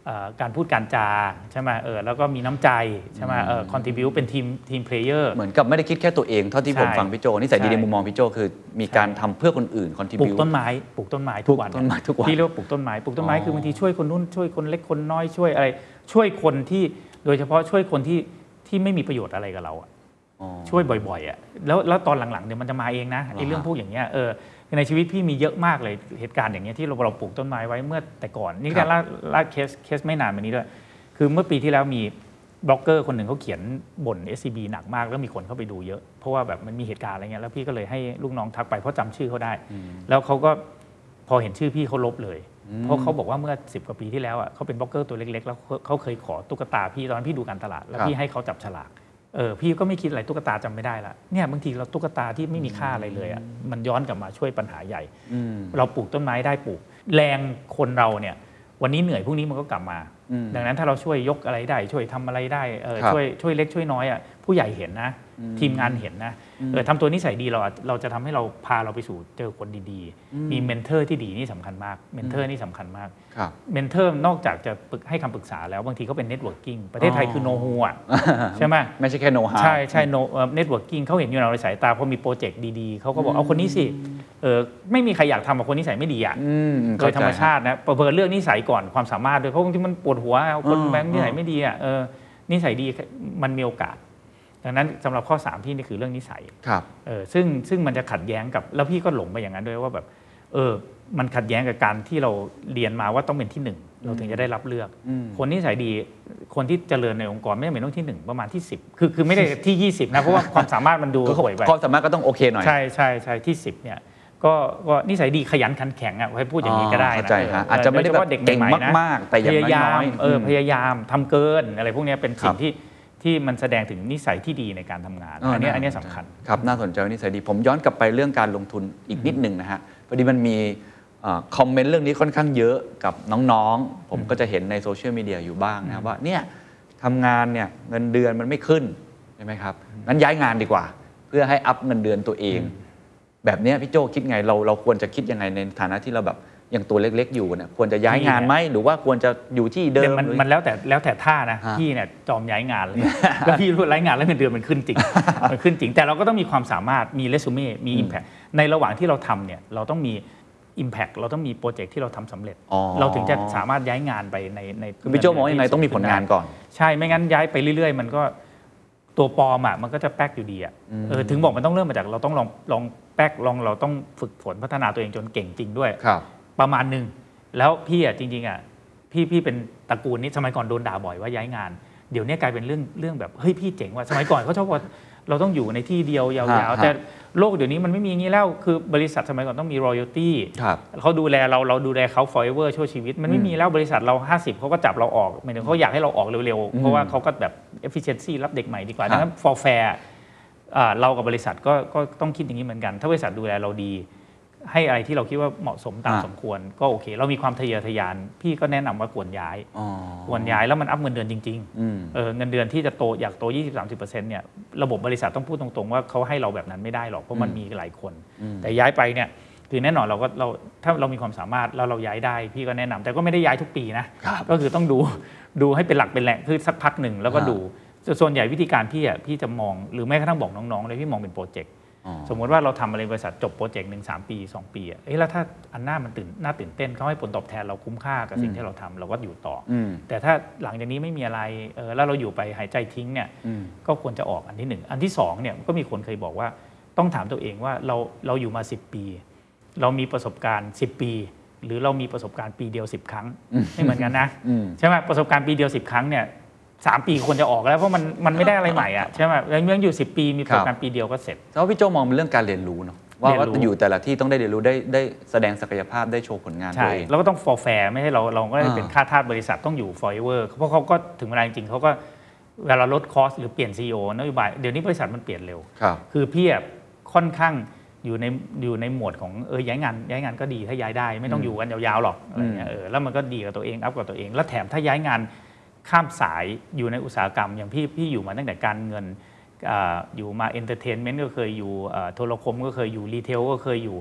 Speaker 1: เอ่อการพูดการจาใช่ไหมเออแล้วก็มีน้ำใจใช่ไหมเออ contribute เป็นทีมทีม player
Speaker 5: เหมือนกับไม่ได้คิดแค่ตัวเองเท่าที่ผมฟังพี่โจนิสัยดีในมุมมองพี่โจคือมีการทำเพื่อคนอื่น
Speaker 1: ปลูก
Speaker 5: contribute
Speaker 1: ต้นไม้ปลูกต้นไม้ทุกวัน
Speaker 5: ปลูกต้นไม้ทุกวัน
Speaker 1: พี่เรียกว่าปลูกต้นไม้ปลูกต้นไม้
Speaker 5: อ๋อ
Speaker 1: คือบางทีช่วยคนนู้นช่วยคนเล็กคนน้อยช่วยอะไรช่วยคนที่โดยเฉพาะช่วยคนที่ที่ไม่มีประโยชน์อะไรกับเราอะ
Speaker 5: อ๋อ
Speaker 1: ช่วยบ่อยๆอ่ะแล้วแล้วตอนหลังๆเนี่ยมันจะมาเองนะไอ้เรื่องพวกอย่างเงี้ยเออในชีวิตพี่มีเยอะมากเลยเหตุการณ์อย่างเงี้ยที่เราเราปลูกต้นไม้ไว้เมื่อแต่ก่อนนี่
Speaker 5: ครั
Speaker 1: การ
Speaker 5: บ
Speaker 1: ล่าล่าเคสเคสไม่นานมานี้ด้วยคือเมื่อปีที่แล้วมีบล็อกเกอร์คนหนึ่งเขาเขียนบ่น เอส ซี บี หนักมากแล้วมีคนเข้าไปดูเยอะเพราะว่าแบบมันมีเหตุการณ์อะไรเงี้ยแล้วพี่ก็เลยให้ลูกน้องทักไปเพราะจำชื่อเขาได้ แล้วเขาก็พอเห็นชื่อพี่เขาลบเลย เพราะเขาบอกว่าเมื่อสิบกว่าปีที่แล้วอ่ะเขาเป็นบล็อกเกอร์ตัวเล็กๆแล้วเขาเคยขอตุ๊กตาพี่ตอนนั้นพี่ดูการตลาดแล้วพี่ให้เขาจับฉลากเออพี่ก็ไม่คิดอะไรตุ๊กตาจำไม่ได้ละเนี่ยบางทีเราตุ๊กตาที่ไม่มีค่าอะไรเลยอ่ะมันย้อนกลับมาช่วยปัญหาใหญ่ เราปลูกต้นไม้ได้ปลูกแรงคนเราเนี่ยวันนี้เหนื่อยพรุ่งนี้มันก็กลับมา ดังนั้นถ้าเราช่วยยกอะไรได้ช่วยทำอะไรได้เออ
Speaker 5: ครับ
Speaker 1: ช่วยช่วยเล็กช่วยน้อยอ่ะผู้ใหญ่เห็นนะทีมงานเห็นนะเออทำตัวนิสัยดีเราอาจเราจะทำให้เราพาเราไปสู่เจอคนดีๆ มีเมนเทอร์ที่ดีนี่สำคัญมากเมนเทอร์นี่สำคัญมาก
Speaker 5: ครับ
Speaker 1: เมนเทอร์นอกจากจะปรึกให้คำปรึกษาแล้วบางทีเขาเป็นเน็ตเวิร์กิ่งประเทศไทยคือโนฮูอ่ะใช่ไหม
Speaker 5: ไม่ใช่แค่ know how
Speaker 1: ใช่ใช่โนเน็ตเวิร์กิ่งเขาเห็นอยู่ในสายตาพอมีโปรเจกต์ดีๆเขาก็บอกเอาคนนี้สิเออไม่มีใครอยากทำกับคนนิสัยไม่ดีอ่ะ
Speaker 5: อืม
Speaker 1: โดยธรรมชาตินะเปิดเรื่องนิสัยก่อนความสามารถด้วยเพราะบางทีมันปวดหัวเอาคน
Speaker 5: อ๋อ
Speaker 1: แบงค์นิสัยไม่ดีอ่ะเออนิสัยดีมันมีโอกาสดังนั้นสำหรับข้อสามพี่นี่คือเรื่องนิสัย
Speaker 5: ครับ
Speaker 1: เออซึ่งซึ่งมันจะขัดแย้งกับแล้วพี่ก็หลงไปอย่างนั้นด้วยว่าแบบเออมันขัดแย้งกับการที่เราเรียนมาว่าต้องเป็นที่หนึ่งเราถึงจะได้รับเลือก คนนิสัยดีคนที่เจริญในองค์กรไม่จำเป็นต้องที่หนึ่งประมาณที่สิบคือคือไม่ได้ที่ยี่สิบนะเพราะว่าความสามารถมันดู
Speaker 5: ก็
Speaker 1: ห่วยไป
Speaker 5: ความสามารถก็ต้องโอเคหน่อย
Speaker 1: ใช่ใช่ใช่ที่สิบเนี่ยก็ก็นิสัยดีขยันขันแข็งอ่ะให้พูดอย่างนี้ก็ได้
Speaker 5: เข้า
Speaker 1: นะ
Speaker 5: ใจฮะอาจจะไม่ได้แบบ
Speaker 1: โยเฉพาเด็ก
Speaker 5: เก่ง
Speaker 1: ใหม่ๆนะ
Speaker 5: มากๆแต่อย่าง
Speaker 1: พยายาม
Speaker 5: น้อยๆ
Speaker 1: เอออ
Speaker 5: ม
Speaker 1: พยายามทำเกินอะไรพวกเนี้ยเป็นสิ่
Speaker 5: ค
Speaker 1: ง
Speaker 5: รับ
Speaker 1: ที่ที่มันแสดงถึงนิสัยที่ดีในการทำงาน อันเนี้ยอันเนี้ยสำคัญ
Speaker 5: ครับน่าสนใจนิสัยดีผมย้อนกลับไปเรื่องการลงทุนอีกนิดหนึ่งนะฮะพอดีมันมีคอมเมนต์เรื่องนี้ค่อนข้างเยอะกับน้องๆ ผมก็จะเห็นในโซเชียลมีเดียอยู่บ้างนะครับว่าเนี่ยทำงานเนี่ยเงินเดือนมันไม่ขึ้นใช่ไหมครับงั้นย้ายงานดีกว่า เพื่อให้อัพเงินเดือนตัวเอง แบบเนี้ยพี่โจคิดไงเราเราควรจะคิดยังไงในฐานะที่เราแบบยังตัวเล็กๆอยู่เนี่ยควรจะย้ายงานไหมหรือว่าควรจะอยู่ที่เดิ
Speaker 1: เดี๋ย
Speaker 5: ม
Speaker 1: วมัน
Speaker 5: หรือ
Speaker 1: มันแล้วแต่แล้วแต่ท่านะ
Speaker 5: ฮะ
Speaker 1: พี่เนี่ยจอมย้ายงานเลย แล้วพี่รู้ย้ายงานแล้วเงินเดือนมันขึ้นจริง มันขึ้นจริง แต่เราก็ต้องมีความสามารถมีเรซูเม่มี impact ในระหว่างที่เราทำเนี่ยเราต้องมี impact เราต้องมีโปรเจกต์ที่เราทำสำเร็จ
Speaker 5: อ๋อ
Speaker 1: เราถึงจะสามารถย้ายงานไปในใน
Speaker 5: คือพี่โจมองยังไงต้องมีผลงานก่อน
Speaker 1: ใช่ไม่งั้นย้ายไปเรื่อยๆ มันก็ตัวปลอมอ่ะมันก็จะแป๊กอยู่ดีอ่ะเออถึงบอกมันต้องเริ่มมาจากเราต้องลองลองแป๊กลองเราต้องฝึกฝนพัฒนาตัวเองจนเก่งจริงด้วย
Speaker 5: ครับ
Speaker 1: ประมาณหนึ่งแล้วพี่อ่ะจริงๆอ่ะพี่พี่เป็นตระกูลนี้สมัยก่อนโดนด่าบ่อยว่าย้ายงานเดี๋ยวนี้กลายเป็นเรื่องเรื่องแบบเฮ้ยพี่เจ๋งว่ะสมัยก่อนเขาชอบว่าเราต้องอยู่ในที่เดียวยาว
Speaker 5: ฮะ
Speaker 1: ๆแต่โลกเดี๋ยวนี้มันไม่มีอย่างนี้แล้วคือบริษัทสมัยก่อนต้องมี royalty
Speaker 5: ครับ
Speaker 1: เขาดูแลเราเราดูแลเขา forever ชั่วชีวิตมันไม่มีแล้วบริษัทเราห้าสิบเขาก็จับเราออกหมายถึงเขาอยากให้เราออกเร็วๆเพราะว่าเขาก็แบบ efficiency รับเด็กใหม่ดีกว่า
Speaker 5: ครับ
Speaker 1: ดังนั้น for fair อ่าเรากับบริษัทก็ก็ต้องคิดอย่างนี้เหมือนกัน ถ้าบริษัทดูแลเราดี ให้อะไรที่เราคิดว่าเหมาะสมตาม
Speaker 5: อ่า
Speaker 1: สมควรก็โอเค เรามีความทะเยอทะยาน พี่ก็แนะนำว่าควรย้าย
Speaker 5: อ๋อ
Speaker 1: ควรย้ายแล้วมันอัพเงินเดือนจริง
Speaker 5: อืม
Speaker 1: ๆเออเงินเดือนที่จะโตอยากโต ยี่สิบถึงสามสิบเปอร์เซ็นต์ เนี่ยระบบบริษัทต้องพูดตรงๆว่าเขาให้เราแบบนั้นไม่ได้หรอกเพราะมันมีหลายคน แต่ย้ายไปเนี่ยคือแน่นอนเราก็เราถ้าเรามีความสามารถแล้วเราย้ายได้พี่ก็แนะนำแต่ก็ไม่ได้ย้ายทุกปีนะครับ ก็คือต้องดูดูให้เป็นหลักเป็นแหล่งคือสักพักหนึ่งแล้วก็
Speaker 5: อ่า
Speaker 1: ดูส่วนใหญ่วิธีการพี่อ่ะพี่จะมองหรือแม้กระทั่งบอกน้องๆเลยพี่มองเป็นโปรเจกต์
Speaker 5: อ๋อ
Speaker 1: สมมติว่าเราทำอะไรบริษัทจบโปรเจกต์หนึ่งสามปีสองปีอ่ะเอ้ยแล้วถ้าอันหน้ามันตื่นน่าตื่นเต้นเขาให้ผลตอบแทนเราคุ้มค่ากับสิ่งที่เราทำเราก็อยู่ต่ออ
Speaker 5: ม
Speaker 1: แต่ถ้าหลังจากนี้ไม่มีอะไรเออแล้วเราอยู่ไปหายใจทิ้งเนี่ย
Speaker 5: อืม
Speaker 1: ก็ควรจะออกอันที่หนึ่งอันที่สองเนี่ยก็มีคนเคยบอกว่าต้องถามตัวเองว่าเราเราอยู่มาสิบปี เรามีประสบการณ์สิบปี หรือเรามีประสบการณ์ปีเดียวสิบครั้งไม่เหมือนกันนะ
Speaker 5: อืม
Speaker 1: ใช่ไหมประสบการณ์ปีเดียวสิบครั้งเนี่ยสามปีควรจะออกแล้วเพราะมันมันไม่ได้อะไรใหม่อ่ะใช่ไหมยังยังอยู่สิบปีมีประสบการณ์ปีเดียวก็เสร็จ
Speaker 5: แล้วพี่โจมองเป็นเรื่องการเรียนรู้เนาะว่า
Speaker 1: เรียน
Speaker 5: ว่า
Speaker 1: รู้
Speaker 5: อยู่แต่ละที่ต้องได้เรียนรู้ได้ได้แสดงศักยภาพได้โชว์ผลงานตั
Speaker 1: ใช่
Speaker 5: วเอง
Speaker 1: แล้วก็ต้อง for fair ไม่ใช่เราเราก็ได้
Speaker 5: อ่า
Speaker 1: เป็นค่าทาสบริษัทต้องอยู่ forever เพราะเขาก็ถึงเวลาจริงๆเขาก็เวลาลดคอสหรือเปลี่ยน ซี อี โอ นโยบายเดี๋ยวนี้บริษัทมันเปลี่ยนเร็ว
Speaker 5: ครับ
Speaker 1: คือพี่อะค่อนข้างอยู่ในอยู่ในหมวดของเออย้ายงานย้ายงานก็ดีถ้าย้ายได้ไม่ต้องอยู่กันยาวๆหรอกอะไรเงี้ยเออแล้วมันก็ดีกับตัวเองอัพกับตัวเอง แล้วแถมถ้าย้ายงานข้ามสายอยู่ในอุตสาหกรรมอย่างพี่พี่อยู่มาตั้งแต่การเงินอ่าอยู่มาเอนเตอร์เทนเมนต์ก็เคยอยู่อ่าโทรคมก็เคยอยู่รีเทลก็เคยอยู่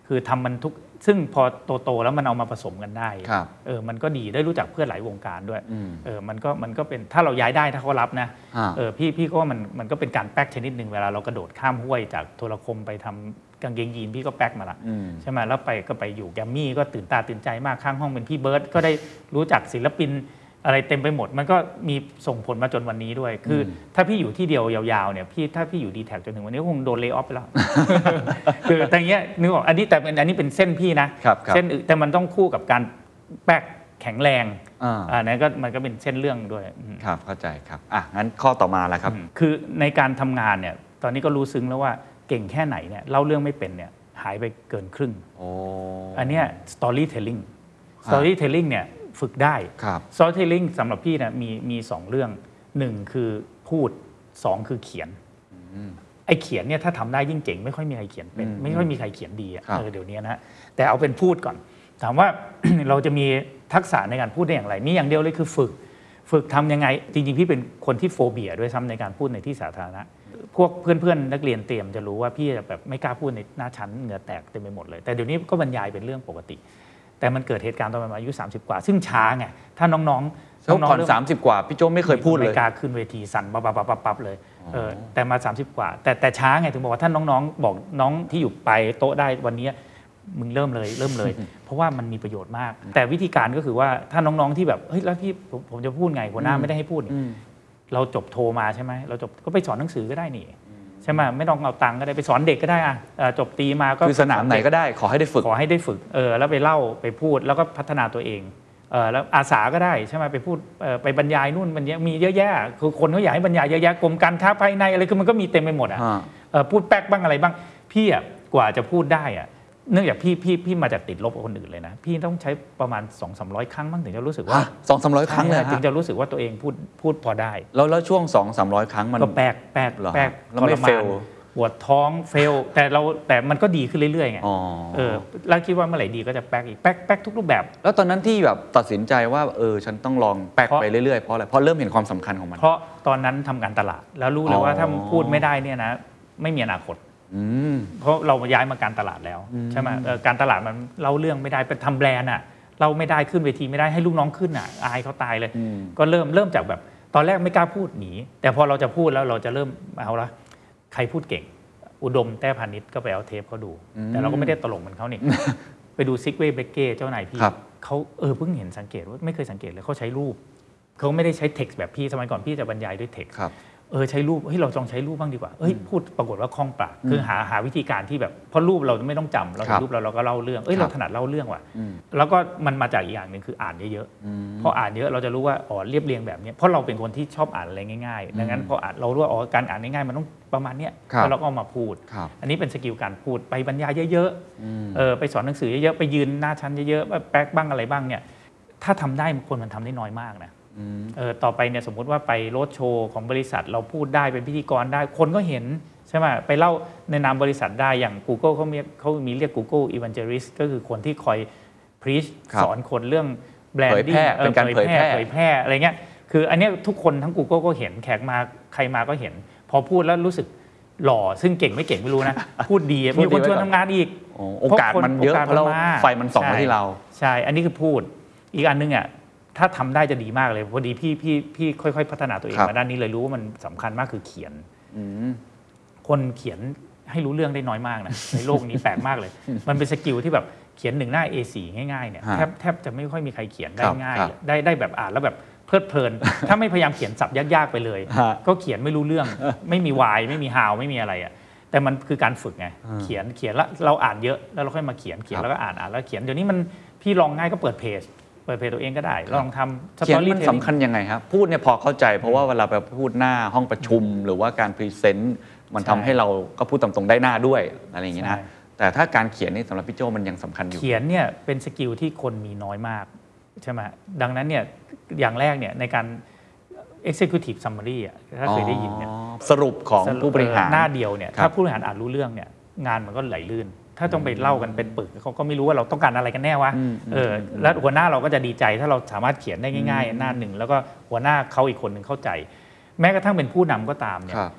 Speaker 1: คือทำมันทุกซึ่งพอโตๆแล้วมันเอามาผสมกันได้เออมันก็ดีได้รู้จักเพื่อนหลายวงการด้วยเออมันก็มันก็เป็นถ้าเราย้ายได้ถ้าเขารับนะเออพี่พี่ก็ว่ามันมันก็เป็นการแป๊กชนิดหนึ่งเวลาเรากระโดดข้ามห้วยจากโทรคมไปทำกางเกงยีนพี่ก็แป๊กมาละใช่ไหมแล้วไปก็ไปอยู่แกรมมี่ก็ตื่นตาตื่นใจมากข้างห้องเป็นพี่เบิร์ดก็ได้รู้จักศิลปินอะไรเต็มไปหมดมันก็มีส่งผลมาจนวันนี้ด้วยคือถ้าพี่อยู่ที่เดียวยาวๆเนี่ยพี่ถ้าพี่อยู่ดีแท็กจนถึงวันนี้คงโดนเลย์ออฟไปแล้วคือแต่เงี้ยนึกออกอันนี้แต่อันนี้เป็นเส้นพี่นะเส้นแต่มันต้องคู่กับการแป๊กแข็งแรงอ่านั้นก็มันก็เป็นเส้นเรื่องด้วย
Speaker 5: ครับเข้าใจครับอ่ะงั้นข้อต่อมาแล้วครับ
Speaker 1: คือในการทำงานเนี่ยตอนนี้ก็รู้ซึ้งแล้วว่าเก่งแค่ไหนเนี่ยเล่าเรื่องไม่เป็นเนี่ยหายไปเกินครึ่งอันเนี้ย storytelling storytelling เนี่ยฝึกได้ storytelling สำหรับพี่นะมีมีสองเรื่องหนึ่งคือพูดสองคือเขียนไอ้เขียนเนี่ยถ้าทำได้ยิ่งเจ๋งไม่ค่อยมีใครเขียนเป็นไม่ค่อยมีใครเขียนดีอ่ะเดี๋ยวนี้นะฮะแต่เอาเป็นพูดก่อนถามว่า เราจะมีทักษะในการพูดได้อย่างไรมีอย่างเดียวเลยคือฝึกฝึกทำยังไงจริงๆพี่เป็นคนที่โฟเบียด้วยซ้ำในการพูดในที่สาธารณะพวกเพื่อนๆนักเรียนเตรียมจะรู้ว่าพี่แบบไม่กล้าพูดในหน้าชั้นเหงื่อแตกเต็มไปหมดเลยแต่เดี๋ยวนี้ก็บรรยายเป็นเรื่องปกติแต่มันเกิดเหตุการณ์ตอนประมาณอายุสามสิบกว่าซึ่งช้าไงถ้าน้องๆ
Speaker 5: น้องๆก่อนสามสิบกว่าพี่โจ้ไม่เคยพูดเลย
Speaker 1: ไม่กล้าขึ้นเวทีสั่นปั๊บๆๆๆเลยเออแต่มาสามสิบกว่าแต่แต่ช้าไงถึงบอกว่าถ้าน้องๆบอกน้องที่อยู่ไปโต๊ะได้วันนี้มึงเริ่มเลยเริ่มเลยเพราะว่ามันมีประโยชน์มากแต่วิธีการก็คือว่าถ้าน้องๆที่แบบเฮ้ยแล้วพี่ผมจะพูดไงหัวหน้าไม่ได้ให้พูดเราจบโทมาใช่ไหมเราจบก็ไปสอนหนังสือก็ได้นี่ใช่ไหมไม่ต้องเอาตังค์ก็ได้ไปสอนเด็กก็ได้อ่ะจบตีมาก็
Speaker 5: คือสนามไหนก็ได้ขอให้ได้ฝึก
Speaker 1: ขอให้ได้ฝึกเออแล้วไปเล่าไปพูดแล้วก็พัฒนาตัวเองเออแล้วอาสาก็ได้ใช่ไหมไปพูดไปบรรยายนู่นบรรยายมีเยอะแยะคือคนเขาอยากให้บรรยายเยอะแยะกรมการค้าภายในอะไรคือมันก็มีเต็มไปหมดอ่ะพูดแป๊กบ้างอะไรบ้างพี่อ่ะกว่าจะพูดได้อ่ะเนื่องจากพี่พี่พี่มาจากติดลบกับคนอื่นเลยนะพี่ต้องใช้ประมาณ สองถึงสามร้อย ครั้งบ้างถึงจะรู้สึกว่า
Speaker 5: สองถึงสามร้อย ครั้งเลย
Speaker 1: ถึงจะรู้สึกว่าตัวเองพูดพูดพอได้
Speaker 5: แล้วแล้วช่วง สองถึงสามร้อย ครั้งมัน
Speaker 1: ก็แป๊กแป๊กแป๊ก
Speaker 5: แล้วไม่เฟล
Speaker 1: ปวดท้องเฟลแต่เราแต่มันก็ดีขึ้นเรื่อยๆไงเออแล้วคิดว่าเมื่อไหร่ดีก็จะแป๊กอีกแป๊กแป๊กทุกรูปแบบ
Speaker 5: แล้วตอนนั้นที่แบบตัดสินใจว่าเออฉันต้องลองแป๊กไปเรื่อยๆเพราะอะไรเพราะเริ่มเห็นความสำคัญของมัน
Speaker 1: เพราะตอนนั้นทำการตลาดแล้วรู้เลยว่าถ้าพูดไม่ได้เนี่ยนะไม่มีอนาคตเพราะเราย้ายมาการตลาดแล้วใช่ไหมการตลาดมันเล่าเรื่องไม่ได้ไปทำแบรนด์อ่ะเราไม่ได้ขึ้นเวทีไม่ได้ให้ลูกน้องขึ้นอ่ะอายเขาตายเลยก็เริ่มเริ่มจากแบบตอนแรกไม่กล้าพูดหนีแต่พอเราจะพูดแล้วเราจะเริ่มเอาละใครพูดเก่งอุดมแต้พานิชก็ไปเอาเทปเขาดูแต่เราก็ไม่ได้ตลกเหมือนเขานี่ ไปดูซิกเว่เบเก้เจ้านายพี่เขาเออเพิ่งเห็นสังเกตว่าไม่เคยสังเกตเลยเขาใช้รูปเขาไม่ได้ใช้เท็กซ์แบบพี่สมัยก่อนพี่จะบรรยายด้วยเท็กซ์เออใช้รูปเฮ้ยเราลองใช้รูปบ้างดีกว่าเอ้ยพูดปรากฏว่าคล่องปากคือหาหาวิธีการที่แบบเพราะรูปเราไม่ต้องจำเราเห็นรูปเราเราก็เล่าเรื่องเอ้ยเราถนัดเล่าเรื่องว่ะแล้วก็มันมาจากอีกอย่างหนึ่งคืออ่านเยอะๆพออ่านเยอะเราจะรู้ว่าอ๋อเรียบเรียงแบบนี้เพราะเราเป็นคนที่ชอบอ่านอะไรง่ายๆดังนั้นพออ่านเรารู้ว่าอ๋อการอ่านง่ายๆมันต้องประมาณนี้แล้วเราก็มาพูดอันนี้เป็นสกิลการพูดไปบรรยายเยอะๆเออไปสอนหนังสือเยอะๆไปยืนหน้าชั้นเยอะๆแป๊กบ้างอะไรบ้างเนี่ยถ้าทำได้คนมันทำได้น้อยมากนะเออต่อไปเนี่ยสมมุติว่าไปโรดโชว์ของบริษัทเราพูดได้เป็นพิธีกรได้คนก็เห็นใช่ไหมไปเล่าในนามบริษัทได้อย่าง Google เขามีเขามีเรียก Google Evangelist ก็คือคนที่คอย preach สอนคนเรื่องแบรนดิ้ง
Speaker 5: เป็นการเผยแพร่
Speaker 1: เผยแพร่อะไรเงี้ยคืออันนี้ทุกคนทั้ง Google ก็เห็นแขกมาใครมาก็เห็นพอพูดแล้วรู้สึกหล่อซึ่งเก่งไม่เก่งไม่รู้นะพูดดีมีคนชวนทำงานอีก
Speaker 5: โอกาสมันเยอะเพราะไฟมันส่องมาที่เรา
Speaker 1: ใช่อันนี้คือพูดอีกอันนึงอ่ะถ้าทำได้จะดีมากเลยพอดีพี่พี่พี่ค่อยๆพัฒนาตัวเองมาด้านนี้เลยรู้ว่ามันสำคัญมากคือเขียนคนเขียนให้รู้เรื่องได้น้อยมากนะในโลกนี้แปลกมากเลยมันเป็นสกิลที่แบบเขียนหนึ่งหน้า เอ โฟร์ ง่ายๆเนี่ยแทบแทบจะไม่ค่อยมีใครเขียนได้ง่ายได้ได้แบบอ่านแล้วแบบเพลิดเพลินถ้าไม่พยายามเขียนศัพท์ยากๆไปเลยก็เขียนไม่รู้เรื่องไม่มีวายไม่มีฮาวไม่มีอะไรอ่ะแต่มันคือการฝึกไงเขียนเขียนแล้วเราอ่านเยอะแล้วเราค่อยมาเขียนเขียนแล้วก็อ่านอ่านแล้วเขียนเดี๋ยวนี้มันพี่ลองง่ายก็เปิดเพจเปิดเพจตัวเองก็ได้ลองทำ
Speaker 5: เขียนมันสำคัญยังไงครับพูดเนี่ยพอเข้าใจเพราะว่าเวลาไปพูดหน้าห้องประชุมหรือว่าการพรีเซนต์มันทำให้เราก็พูดตรงๆได้หน้าด้วยอะไรอย่างนี้นะแต่ถ้าการเขียนนี่สำหรับพี่โจมันยังสำคัญอยู่
Speaker 1: เขียนเนี่ยเป็นสกิลที่คนมีน้อยมากใช่ไหมดังนั้นเนี่ยอย่างแรกเนี่ยในการ executive summary อ่ะถ้าเคยได้ยินเนี่ย
Speaker 5: สรุปของผู้บริหาร
Speaker 1: หน้าเดียวเนี่ยถ้าผู้บริหารอ่านรู้เรื่องเนี่ยงานมันก็ไหลลื่นถ้าต้องไปเล่ากันเป็นปึกเขาก็ไม่รู้ว่าเราต้องการอะไรกันแน่วะเออแล้วหัวหน้าเราก็จะดีใจถ้าเราสามารถเขียนได้ง่ายๆหน้าหนึ่งแล้วก็หัวหน้าเขาอีกคนหนึ่งเข้าใจแม้กระทั่งเป็นผู้นำก็ตามเนี่ย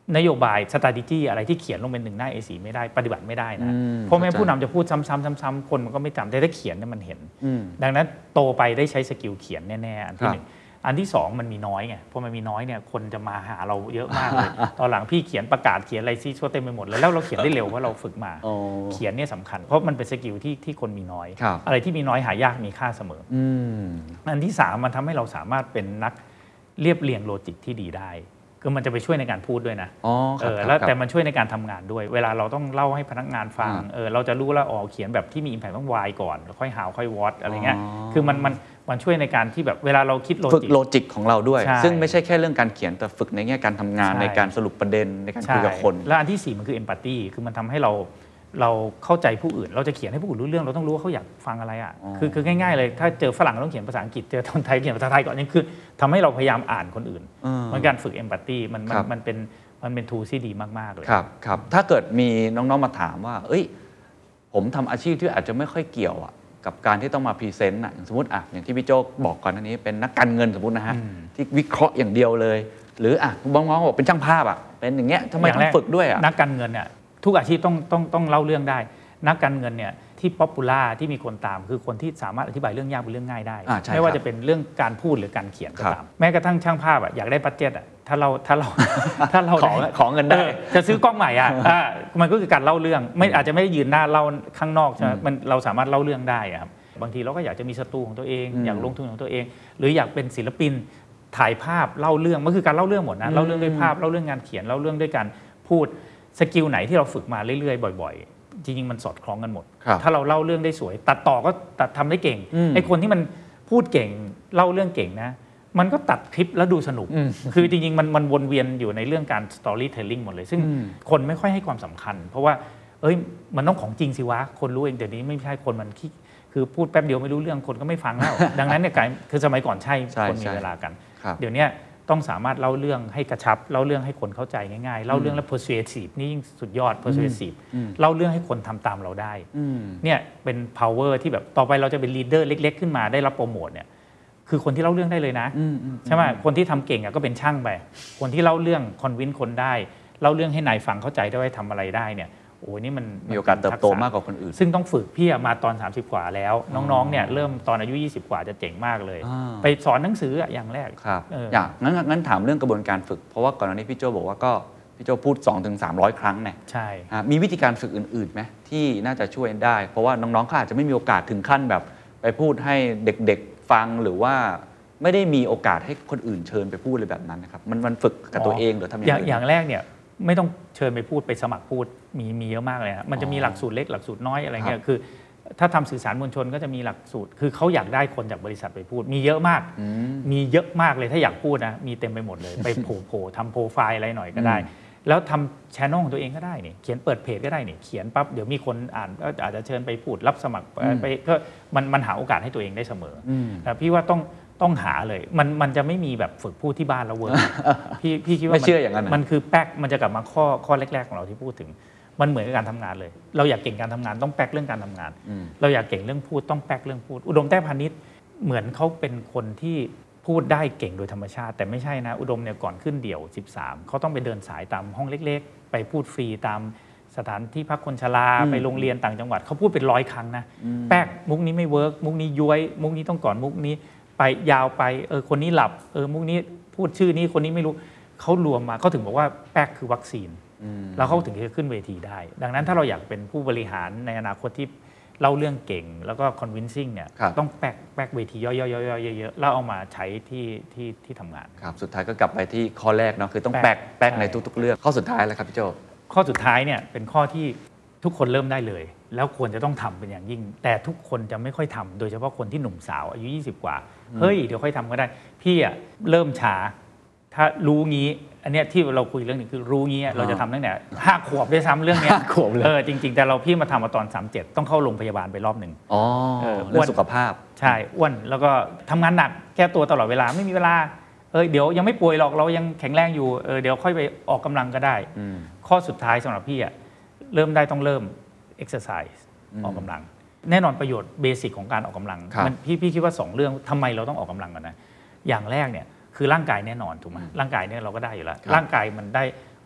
Speaker 1: นโยบาย strategy อะไรที่เขียนลงเป็นหนึ่งหน้า เอ โฟร์ ไม่ได้ปฏิบัติไม่ได้นะ
Speaker 5: อืม
Speaker 1: เพราะแม้
Speaker 5: เข้าใจ
Speaker 1: ผู้นำจะพูดซ้ำๆๆๆคนมันก็ไม่จำแต่ถ้าเขียนเนี่ยมันเห็น
Speaker 5: อืม
Speaker 1: ดังนั้นโตไปได้ใช้สกิลเขียนแน่ๆอันที่
Speaker 5: ครับ
Speaker 1: หนึ่งอันที่สองมันมีน้อยไงพอมันมีน้อยเนี่ยคนจะมาหาเราเยอะมากเลย ตอนหลังพี่เขียนประกาศเขียนอะไรซีชั่วเต็มไปหมดเลยแล้วเราเขียนได้เร็วเพราะเราฝึกมา
Speaker 5: อ๋อ
Speaker 1: เขียนเนี่ยสำคัญเพราะมันเป็นสกิลที่ที่คนมีน้อย
Speaker 5: ครับ
Speaker 1: อะไรที่มีน้อยหายากมีค่าเสมอ
Speaker 5: อืม
Speaker 1: อันที่สามมันทำให้เราสามารถเป็นนักเรียบเรียงโลจิกที่ดีได้คือมันจะไปช่วยในการพูดด้วยนะ
Speaker 5: อ๋อค
Speaker 1: เอ
Speaker 5: รับ
Speaker 1: อ
Speaker 5: ครับ
Speaker 1: แล้ว
Speaker 5: ครับ
Speaker 1: แต่มันช่วยในการทำงานด้วย เวลาเราต้องเล่าให้พนักงานฟัง
Speaker 5: อ่า
Speaker 1: เออเราจะรู้แล้วอ๋อเขียนแบบที่มี impact ต้อง why ก่อนแล้วค่อย how ค่อย what อะไรเงี้ย
Speaker 5: อ๋อ
Speaker 1: คือมันมันมันช่วยในการที่แบบเวลาเราคิดโล
Speaker 5: ฝึก
Speaker 1: จิก
Speaker 5: โลจิกของเราด้วย
Speaker 1: ใช่
Speaker 5: ซึ่งไม่ใช่แค่เรื่องการเขียนแต่ฝึกในแง่การทำงาน
Speaker 1: ใช่
Speaker 5: ในการสรุปประเด็นในการคุยกับคน
Speaker 1: แล้วอันที่สี่มันคือ empathy คือมันทำให้เราเราเข้าใจผู้อื่น เราจะเขียนให้ผู้อื่นรู้เรื่องเราต้องรู้ว่าเขาอยากฟังอะไรอ่ะ
Speaker 5: อ๋อ
Speaker 1: คือคือง่ายๆเลยถ้าเจอฝรั่งเราต้องเขียนภาษาอังกฤษเจอคนไทยเขียนภาษาไทยก่อนนี่คือทำให้เราพยายามอ่านคนอื่น
Speaker 5: เออ
Speaker 1: มันการฝึก empathy มันมัน
Speaker 5: ครับ
Speaker 1: มันเป็นมันเป็น tool ที่ดีมากๆเลย
Speaker 5: ครับครับถ้าเกิดมีน้องๆมาถามว่า เอ้ย ผมทำอาชีพที่อาจจะไม่ค่อยเกี่ยวอะกับการที่ต้องมาพรีเซนต์อะอย่างสมมติอะอย่างที่พี่โจ๊กบอกก่อนหน้านี้เป็นนักการเงินสมมตินะฮะที่วิเคราะห์อย่างเดียวเลย หรืออะบางน้องบอกเป็นช่างภาพอะเป็นอย่างเงี้ยทำไม
Speaker 1: ย่า
Speaker 5: ต้อง
Speaker 1: แร
Speaker 5: ฝึกด้วยอะ
Speaker 1: นักการเงินเนี่ยทุกอาชีพต้องต้องต้องเล่าเรื่องได้ นักการเงินเนี่ยที่ป๊อปปูล่าที่มีคนตามคือคนที่สามารถอธิบายเรื่องยากเป็นเรื่องง่ายได้
Speaker 5: อ่าใช่
Speaker 1: ไม่ว่า
Speaker 5: ครับ
Speaker 1: จะเป็นเรื่องการพูดหรือการเขียนก็
Speaker 5: ครับ
Speaker 1: ตามแม้กระทั่งช่างภาพอะอยากได้บัดเจ็ตอะถ้าเราถ้าเรา ถ้าเรา
Speaker 5: ขอขอเงินได้
Speaker 1: ออจะซื้อกล้องใหม่อะอ่ามันก็คือการเล่าเรื่องไม่อาจจะไม่ได้ยืนหน้าเล่าข้างนอกใช่ไหมมันเราสามารถเล่าเรื่องได้อะครับบางทีเราก็อยากจะมีสตูของตัวเอง
Speaker 5: อืม
Speaker 1: อยากลงทุนของตัวเอง หรืออยากเป็นศิลปินถ่ายภาพเล่าเรื่องมันคือการเล่าเรื่องหมดนะเล่าเรื่องด้วยภาพเล่าเรื่องงานเขียนเล่าเรื่องด้วยการพูดสกิลไหนที่เราฝึกมาเรื่อยๆบ่อยๆ จริงๆมันสอดคล้องกันหมด
Speaker 5: ครับ
Speaker 1: ถ้าเราเล่าเรื่องได้สวย ตัดต่อก็ตัดทำได้เก่ง
Speaker 5: อืม
Speaker 1: ไอ้คนที่มันพูดเก่งเล่าเรื่องเก่งนะมันก็ตัดคลิปแล้วดูสนุก
Speaker 5: อืม
Speaker 1: คือจริงๆมันมันวนเวียนอยู่ในเรื่องการ storytelling หมดเลย ซึ่ง
Speaker 5: อืม
Speaker 1: คนไม่ค่อยให้ความสำคัญ เพราะว่าเอ้ยมันต้องของจริงสิวะคนรู้เองเดี๋ยวนี้ไม่ใช่คนมันขี้คือพูดแป๊บเดียวไม่รู้เรื่องคนก็ไม่ฟังแล้ว ดังนั้นเนี่ยการคือสมัยก่อนใช่
Speaker 5: ใช่
Speaker 1: คนมี
Speaker 5: ใช่
Speaker 1: เวลากัน
Speaker 5: ครับ
Speaker 1: เดี๋ยวนี้ต้องสามารถเล่าเรื่องให้กระชับเล่าเรื่องให้คนเข้าใจง่ายๆเล่าเรื่องแล้ว persuasive นี่ยิ่งสุดยอด persuasive เล่าเรื่องให้คนทำตามเราได้
Speaker 5: อืม
Speaker 1: เนี่ยเป็น power ที่แบบต่อไปเราจะเป็น leader เล็ก ๆ ขึ้นมาได้รับโปรโมทเนี่ยคือคนที่เล่าเรื่องได้เลยนะ
Speaker 5: อืมอืม
Speaker 1: ใช่ไหมคนที่ทำเก่งอะก็เป็นช่างไปคนที่เล่าเรื่อง convince คนได้เล่าเรื่องให้นายฟังเข้าใจได้ว่าทำอะไรได้เนี่ยโอ้ยนี่มัน
Speaker 5: มีโอกาสเติบโตมากกว่าคนอื่น
Speaker 1: ซึ่งต้องฝึกพี่อะมาตอนสามสิบกว่าแล้ว น้องๆเนี่ยเริ่มตอนอายุยี่สิบกว่าจะเจ๋งมากเลย
Speaker 5: อ่า
Speaker 1: ไปสอนหนังสืออะอย่างแรก
Speaker 5: ครับ
Speaker 1: เออ
Speaker 5: อ
Speaker 1: อ
Speaker 5: ย่างงั้นงั้นถามเรื่องกระบวนการฝึก เพราะว่าก่อนหน้านี้พี่โจบอกว่าก็พี่โจพูด สองถึงสามร้อย ครั้งเนี่ย
Speaker 1: ใช่
Speaker 5: อ่ะมีวิธีการฝึกอื่นๆไหมที่น่าจะช่วยได้ เพราะว่าน้องๆเขาอาจจะไม่มีโอกาสถึงขั้นแบบ ไปพูดให้เด็กๆฟังหรือว่าไม่ได้มีโอกาสให้คนอื่นเชิญไปพูดเลยแบบนั้นนะครับมันมันฝึกกับตัวเองหรือทำอย่าง
Speaker 1: อย่าง
Speaker 5: อื่น
Speaker 1: อย่างแรกเนี่ยไม่ต้องเชิญไปพูดไปสมัครพูดมีมีเยอะมากเลยนะมันจะมี
Speaker 5: อ๋อ
Speaker 1: หลักสูตรเล็กหลักสูตรน้อยอะไรเงี้
Speaker 5: ครั
Speaker 1: ย
Speaker 5: บ
Speaker 1: คือ ถ้าทำสื่อสารมวลชนก็จะมีหลักสูตร คือเขาอยากได้คนจากบริษัทไปพูด มีเยอะมาก
Speaker 5: อืม
Speaker 1: มีเยอะมากเลยถ้าอยากพูดนะมีเต็มไปหมดเลย ไปโผล่โผล่ทำโปรไฟล์อะไรหน่อยก็ได้
Speaker 5: อืม
Speaker 1: แล้วทำช่องของตัวเองก็ได้นี่เขียนเปิดเพจก็ได้นี่เขียนปั๊บเดี๋ยวมีคนอ่านก็อาจจะเชิญไปพูดรับสมัครไปก็มันมันหาโอกาสให้ตัวเองได้เสมออ
Speaker 5: ม
Speaker 1: แต่พี่ว่าต้องต้องหาเลยมันมันจะไม่มีแบบฝึกพูดที่บ้านแล้วเวิร์ก พี่พี่คิดว่า
Speaker 5: ไม่เชื่ออย่างนั้นนะ
Speaker 1: มันคือแป๊กมันจะกลับมาข้อข้อแรกๆของเราที่พูดถึง มันเหมือนกับการทำงานเลย เราอยากเก่งการทำงานต้องแป๊กเรื่องการทำงาน
Speaker 5: อืม
Speaker 1: เราอยากเก่งเรื่องพูดต้องแป๊กเรื่องพูด อุดมแต้พานิชเหมือนเขาเป็นคนที่พูดได้เก่งโดยธรรมชาติ แต่ไม่ใช่นะอุดมเนี่ยก่อนขึ้นเดี่ยวสิบสามเขาต้องไปเดินสายตามห้องเล็กๆ ไปพูดฟรีตามสถานที่พักคนชราไปโรงเรียนต่างจังหวัดเขาพูดเป็นร้อยครั้งนะแป๊กมุกนี้ไม่เวิร์กมุกนี้ย้วยมุกนี้ต้องก่อนมุกนี้ไปยาวไปเออคนนี้หลับเออมุกนี้พูดชื่อนี้คนนี้ไม่รู้เขารวมมาเขาถึงบอกว่าแป๊กคือวัคซีนแล้วเขาถึงจะขึ้นเวทีได้ ดังนั้นถ้าเราอยากเป็นผู้บริหารในอนาคตที่เล่าเรื่องเก่งแล้วก็ convincing เนี่ย
Speaker 5: ครับ
Speaker 1: ต้องแป๊กแป๊กเวทีย่อยๆๆๆเยอะๆแล้วเอามาใช้ที่ที่ที่ทำงาน
Speaker 5: ครับสุดท้ายก็กลับไปที่ข้อแรกเนาะคือต้อง
Speaker 1: แป๊
Speaker 5: แป๊
Speaker 1: ก
Speaker 5: กแป๊ก
Speaker 1: ใช่
Speaker 5: ในทุกๆเรื่องข้อสุดท้ายแล้วครับพี่โจ
Speaker 1: ข้อสุดท้ายเนี่ยเป็นข้อที่ทุกคนเริ่มได้เลย แล้วควรจะต้องทำเป็นอย่างยิ่ง แต่ทุกคนจะไม่ค่อยทำโดยเฉพาะคนที่หนุ่มสาวอายุยี่สิบกว่าเฮ้ยเดี๋ยวค่อยทำก็ได้ พี่อะเริ่มช้าถ้ารู้งี้อันเนี้ยที่เราคุยเรื่องนี้คือรู้งี้เราจะทำตั้งแต่ห้าขวบด้วยซ้ำเรื่องเนี้ย
Speaker 5: ห้าขวบเลย
Speaker 1: เออจริงๆ แต่เราพี่มาทำมาตอนสามสิบเจ็ดต้องเข้าโรงพยาบาลไปรอบหนึ่ง
Speaker 5: อ๋อ
Speaker 1: เออ
Speaker 5: เรื่องสุขภาพ
Speaker 1: ใช่อ้วนแล้วก็ทำงานหนักแก้ตัวตลอดเวลาไม่มีเวลาเออเดี๋ยวยังไม่ป่วยหรอกเรายังแข็งแรงอยู่เออเดี๋ยวค่อยไปออกกำลังก็ได้
Speaker 5: อืม
Speaker 1: ข้อสุดท้ายสำหรับพี่อะเริ่มได้ต้องเริ่ม exercise ออกกำลัง แน่นอนประโยชน์เบสิกของการออกกำลัง
Speaker 5: ครับ
Speaker 1: มันพี่พี่คิดว่าสองเรื่องทำไมเราต้องออกกำลังกันนะอย่างแรกเนี่ยคือร่างกายแน่นอนถูกไหมร่างกายเนี่ยเราก็ได้อยู่แล้ว
Speaker 5: ครับ
Speaker 1: ร่างกายมันได้ฮ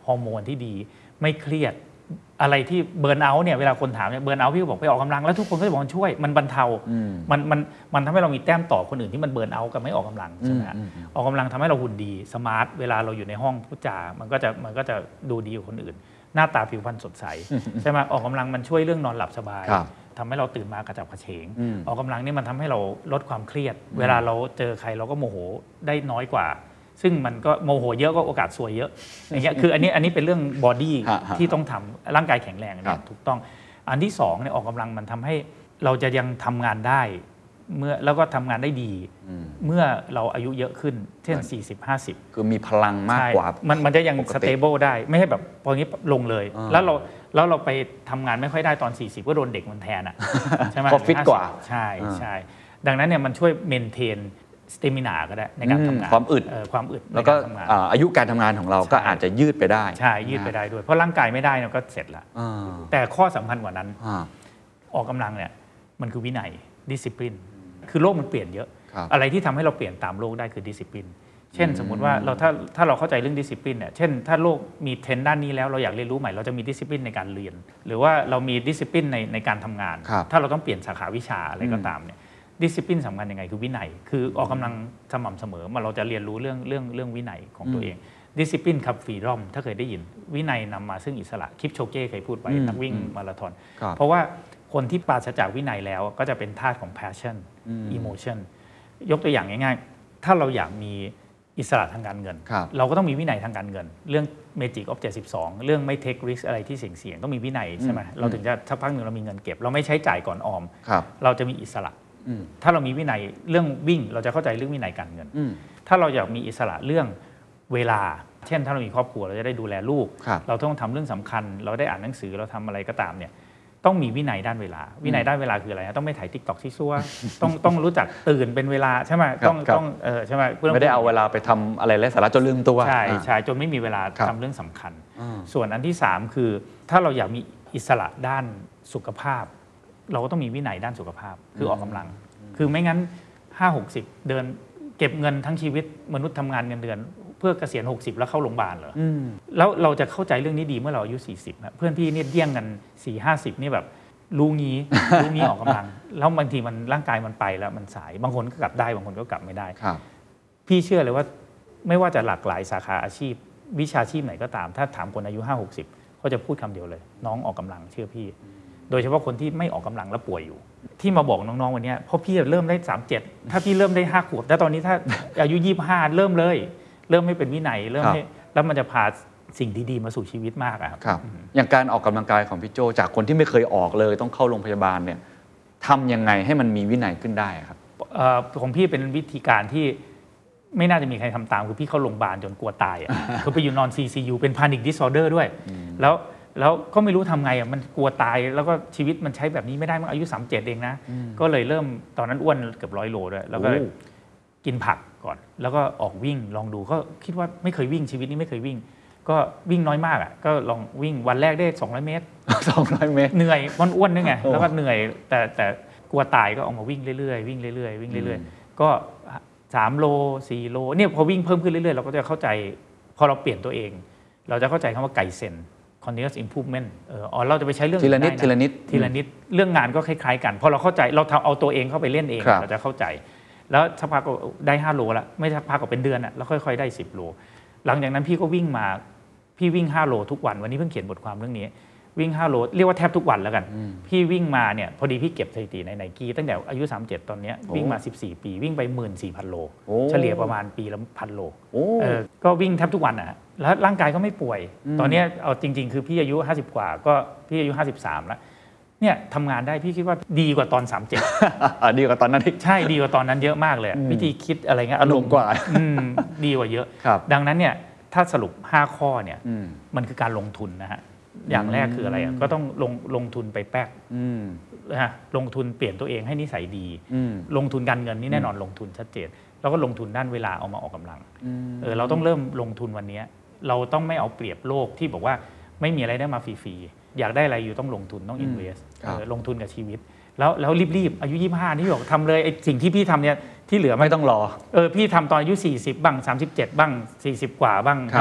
Speaker 1: ฮอร์โมนที่ดีไม่เครียดอะไรที่เบิร์นเอาท์เนี่ยเวลาคนถามเนี่ยเบิร์นเอาท์พี่ก็บอกไปออกกำลังแล้วทุกคนก็จะบอกมันช่วยมันบรรเทามันมันมันทำให้เรามีแต้มต่อคนอื่นที่มันเบิร์นเอาท์กับไม่ออกกำลังใช่ไหมฮะออกกำลังทำให้เราหุ่นดีสมาร์ทเวลาเราอยู่ในห้องพูดจามันก็จะมันก็จะดูดีกว่าคนอื่นหน้าตาผิวพรรณสดใสใช่ไหมออกกำลังมันช่วยเรื่องนอนหลับสบายทำให้เราตื่นมากระฉับกระเฉงออกกำลังนี่มันทำให้เราลดความเครียดเวลาเราเจอใครเราก็โมโหได้น้อยกว่าซึ่งมันก็โมโหเยอะก็โอกาสซวยเยอะอย่างเงี้ยคืออันนี้อันนี้เป็นเรื่องบอดี้ที่ต้องทำร่างกายแข็งแรงเนี่ยถูกต้องอันที่สองเนี่ยออกกำลังมันทำให้เราจะยังทำงานได้เมื่อแล้วก็ทำงานได้ดีเมื่อเราอายุเยอะขึ้นเช่นสี่สิบ ห้าสิบ
Speaker 5: คือมีพลังมากกว่า
Speaker 1: มันมันจะยังสเตเบิลได้ไม่ใช่แบบพองี้ลงเลยแล้วเราแล้วเราไปทำงานไม่ค่อยได้ตอนสี่สิบก็โดนเด็กมันแทนอ่ะใช่ไหม
Speaker 5: ก็ฟิตกว่า
Speaker 1: ใช่ใช่ดังนั้นเนี่ยมันช่วยเมนเทนสเตมินาก็ได้ในการทำงาน
Speaker 5: ความอึด
Speaker 1: ความอึด
Speaker 5: แล้วก็อายุการทำงานของเราก็อาจจะยืดไปได้
Speaker 1: ใช่ยืดไปได้ด้วยเพราะร่างกายไม่ได้เราก็เสร็จละแต่ข้อสำคัญกว่านั้นออกกำลังเนี่ยมันคือวินัยดิสซิปลินคือโลกมันเปลี่ยนเยอะอะไรที่ทำให้เราเปลี่ยนตามโลกได้คือดิสซิปลินเช่นสมมุติว่าเราถ้าถ้าเราเข้าใจเรื่องดิสซิปลินเนี่ยเช่นถ้าโลกมีเทรนด์ด้านนี้แล้วเราอยากเรียนรู้ใหม่เราจะมีดิสซิปลินในการเรียนหรือว่าเรามีดิสซิปลินในในการทำงานถ้าเราต้องเปลี่ยนสาขาวิชาอะไรก็ตามเนี่ยดิสซิปลินสำคัญยังไงคือวินัยคือออกกำลังสม่ำเสมอมาเราจะเรียนรู้เรื่องเรื่องเรื่องวินัยของตัวเองดิสซิปลินครับฟรีดอมถ้าเคยได้ยินวินัยนำมาซึ่งอิสระคิปโชเก้เคยพูดไปนักวิ่งมาราธอนเพราะว่าคนที่ปราศจากวินัยแล้วก็จะเป็นทาสของ passion emotion ยกตัวอย่างง่ายๆถ้าเราอยากมีอิสระทางการเงินเราก็ต้องมีวินัยทางการเงินเรื่อง Magic of เจ็ดสิบสองเรื่องไม่ take risk อะไรที่เสี่ยงๆต้องมีวินัยใช่ไหมเราถึงจะสักพักหนึ่งเรามีเงินเก็บเราไม่ใช้จ่ายก่อนออมเราจะมีอิสระถ้าเรามีวินัยเรื่องวิ่งเราจะเข้าใจเรื่องวินัยการเงินถ้าเราอยากมีอิสระเรื่องเวลาเช่นถ้าเรามีครอบครัวเราจะได้ดูแลลูกเราต้องทำเรื่องสำคัญเราได้อ่านหนังสือเราทำอะไรก็ตามเนี่ยต้องมีวินัยด้านเวลาวินัยด้านเวลาคืออะไรต้องไม่ถ่ายติ๊กต็อกที่ซัวต้องต้องรู้จักตื่นเป็นเวลาใช่ไหมต้องต้องเออใช่ไหม
Speaker 5: ไม่ได้เอาเวลาไปทำอะไรไร้สาระจนลืมตัว
Speaker 1: ใช่ใช่จนไม่มีเวลาทำเรื่องสำคัญส่วนอันที่สามคือถ้าเราอยากมีอิสระด้านสุขภาพเราก็ต้องมีวินัยด้านสุขภาพคือออกกำลังคือไม่งั้นห้าหกสิบเดินเก็บเงินทั้งชีวิตมนุษย์ทำงานเงินเดือนเพื่อเกษียณหกสิบแล้วเข้าโรงพยาบาลเหรอแล้วเราจะเข้าใจเรื่องนี้ดีเมื่อเราอายุสี่สิบเพื่อนพี่เนี่ยเดี้ยงกันสี่ห้าสิบนี่แบบรู้งี้รู้งี้ออกกำลังแล้วบางทีมันร่างกายมันไปแล้วมันสายบางคนก็กลับได้บางคนก็กลับไม่ได้พี่เชื่อเลยว่าไม่ว่าจะหลากหลายสาขาอาชีพวิชาชีพไหนก็ตามถ้าถามคนอายุห้าหกสิบเขาจะพูดคำเดียวเลยน้องออกกำลังเชื่อพี่โดยเฉพาะคนที่ไม่ออกกำลังแล้วป่วยอยู่ที่มาบอกน้องๆวันนี้เพราะพี่เริ่มได้สามสิบเจ็ดถ้าพี่เริ่มได้ห้าขวบแต่ตอนนี้ถ้าอายุยี่สิบห้าเริ่มเลยเริ่มไม่เป็นวินัยเริ่มให้แล้วมันจะพาสิ่งดีๆมาสู่ชีวิตมากครับ
Speaker 5: ครับอย่างการออกกำลังกายของพี่โจจากคนที่ไม่เคยออกเลยต้องเข้าโรงพยาบาลเนี่ยทำยังไงให้มันมีวินัยขึ้นได้ครับ
Speaker 1: ของพี่เป็นวิธีการที่ไม่น่าจะมีใครทำตามคือพี่เข้าโรงพยาบาลจนกลัวตายคือไปอยู่นอน ซี ซี ยู เป็น Panic Disorder ด้วยแล้วแล้วก็ไม่รู้ทำไงอ่ะมันกลัวตายแล้วก็ชีวิตมันใช้แบบนี้ไม่ได้มันอายุสามสิบเจ็ดเองนะก็เลยเริ่มตอนนั้นอ้วนเกือบร้อยโลด้วยแล้วก็กินผักก่อนแล้วก็ออกวิ่งลองดูก็คิดว่าไม่เคยวิ่งชีวิตนี้ไม่เคยวิ่งก็วิ่งน้อยมากอ่ะก็ลองวิ่งวันแรกได้สองร้อยเมตร
Speaker 5: สองร้อยเมตร
Speaker 1: เหนื่อยมันอ้วนด้วยไงแล้วก็เหนื่อยแต่แต่กลัวตายก็ออกมาวิ่งเรื่อยๆวิ่งเรื่อยๆวิ่งเรื่อยๆก็สามโลสี่โลเนี่ยพอวิ่งเพิ่มขึ้นเรื่อยๆเราก็จะเข้าใจพอเราเปลี่ยนตัวเองเราจะเข้าใจคำว่าไก่เซนcontinuous improvement เอออ๋อเราจะไปใช้เรื่อง
Speaker 5: ทีละนิดทีละนิด
Speaker 1: ทีละนิดเรื่องงานก็คล้ายๆกันพอเราเข้าใจเราทำเอาตัวเองเข้าไปเล่นเองเราจะเข้าใจแล้วสักพักก็ได้ห้าโลละไม่สักพักก็เป็นเดือนอ่ะแล้วค่อยๆได้สิบโลหลังจากนั้นพี่ก็วิ่งมาพี่วิ่งห้าโลทุกวันวันนี้เพิ่งเขียนบทความเรื่องนี้วิ่งห้าโลเรียกว่าแทบทุกวันแล้วกันพี่วิ่งมาเนี่ยพอดีพี่เก็บสถิติใน Nike ตั้งแต่อายุสามสิบเจ็ดตอนนี้วิ่งมาสิบสี่ปีวิ่งไป หนึ่งหมื่นสี่พัน โลเฉลี่ยประมาณปีละ หนึ่งพัน โลเออก็วิ่งแทบทุกวันอ่ะแล้วร่างกายก็ไม่ป่วยตอนนี้เอาจริงๆคือพี่อายุห้าสิบกว่าก็พี่อายุห้าสิบสามแล้วเนี่ยทำงานได้พี่คิดว่าดีกว่าตอนสามสิบเจ็ด
Speaker 5: อ่ะดีกว่าตอนนั้นอีก
Speaker 1: ใช่ดีกว่าตอนนั้นเยอะมากเลยวิธีคิดอะไรเงี้ย
Speaker 5: อารมณ์กว่า
Speaker 1: ดีกว่าเยอะดังนั้นเนี่ยถ้าสรุปห้าข้อเนี่ยมันคือการลงทุนนะฮะอย่างแรกคืออะไรอ่ะก็ต้องลงลงทุนไปแป๊กนะฮะลงทุนเปลี่ยนตัวเองให้นิสัยดีลงทุนการเงินนี่แน่นอนลงทุนชัดเจนแล้วก็ลงทุนด้านเวลาเอามาออกกำลังเออเราต้องเริ่มลงทุนวันนี้เราต้องไม่เอาเปรียบโลกที่บอกว่าไม่มีอะไรได้มาฟรีๆอยากได้อะไรอยู่ต้องลงทุนต้อง invest ลงทุนกับชีวิตแล้วแล้วรีบๆอายุยี่สิบห้าที่บอกทำเลยไอ้สิ่งที่พี่ทำเนี่ยที่เหลือ
Speaker 5: ไม่ต้องรอ
Speaker 1: เออพี่ทำตอนอายุสี่สิบบ้างสามสิบเจ็ดบ้างสี่สิบกว่าบ้าง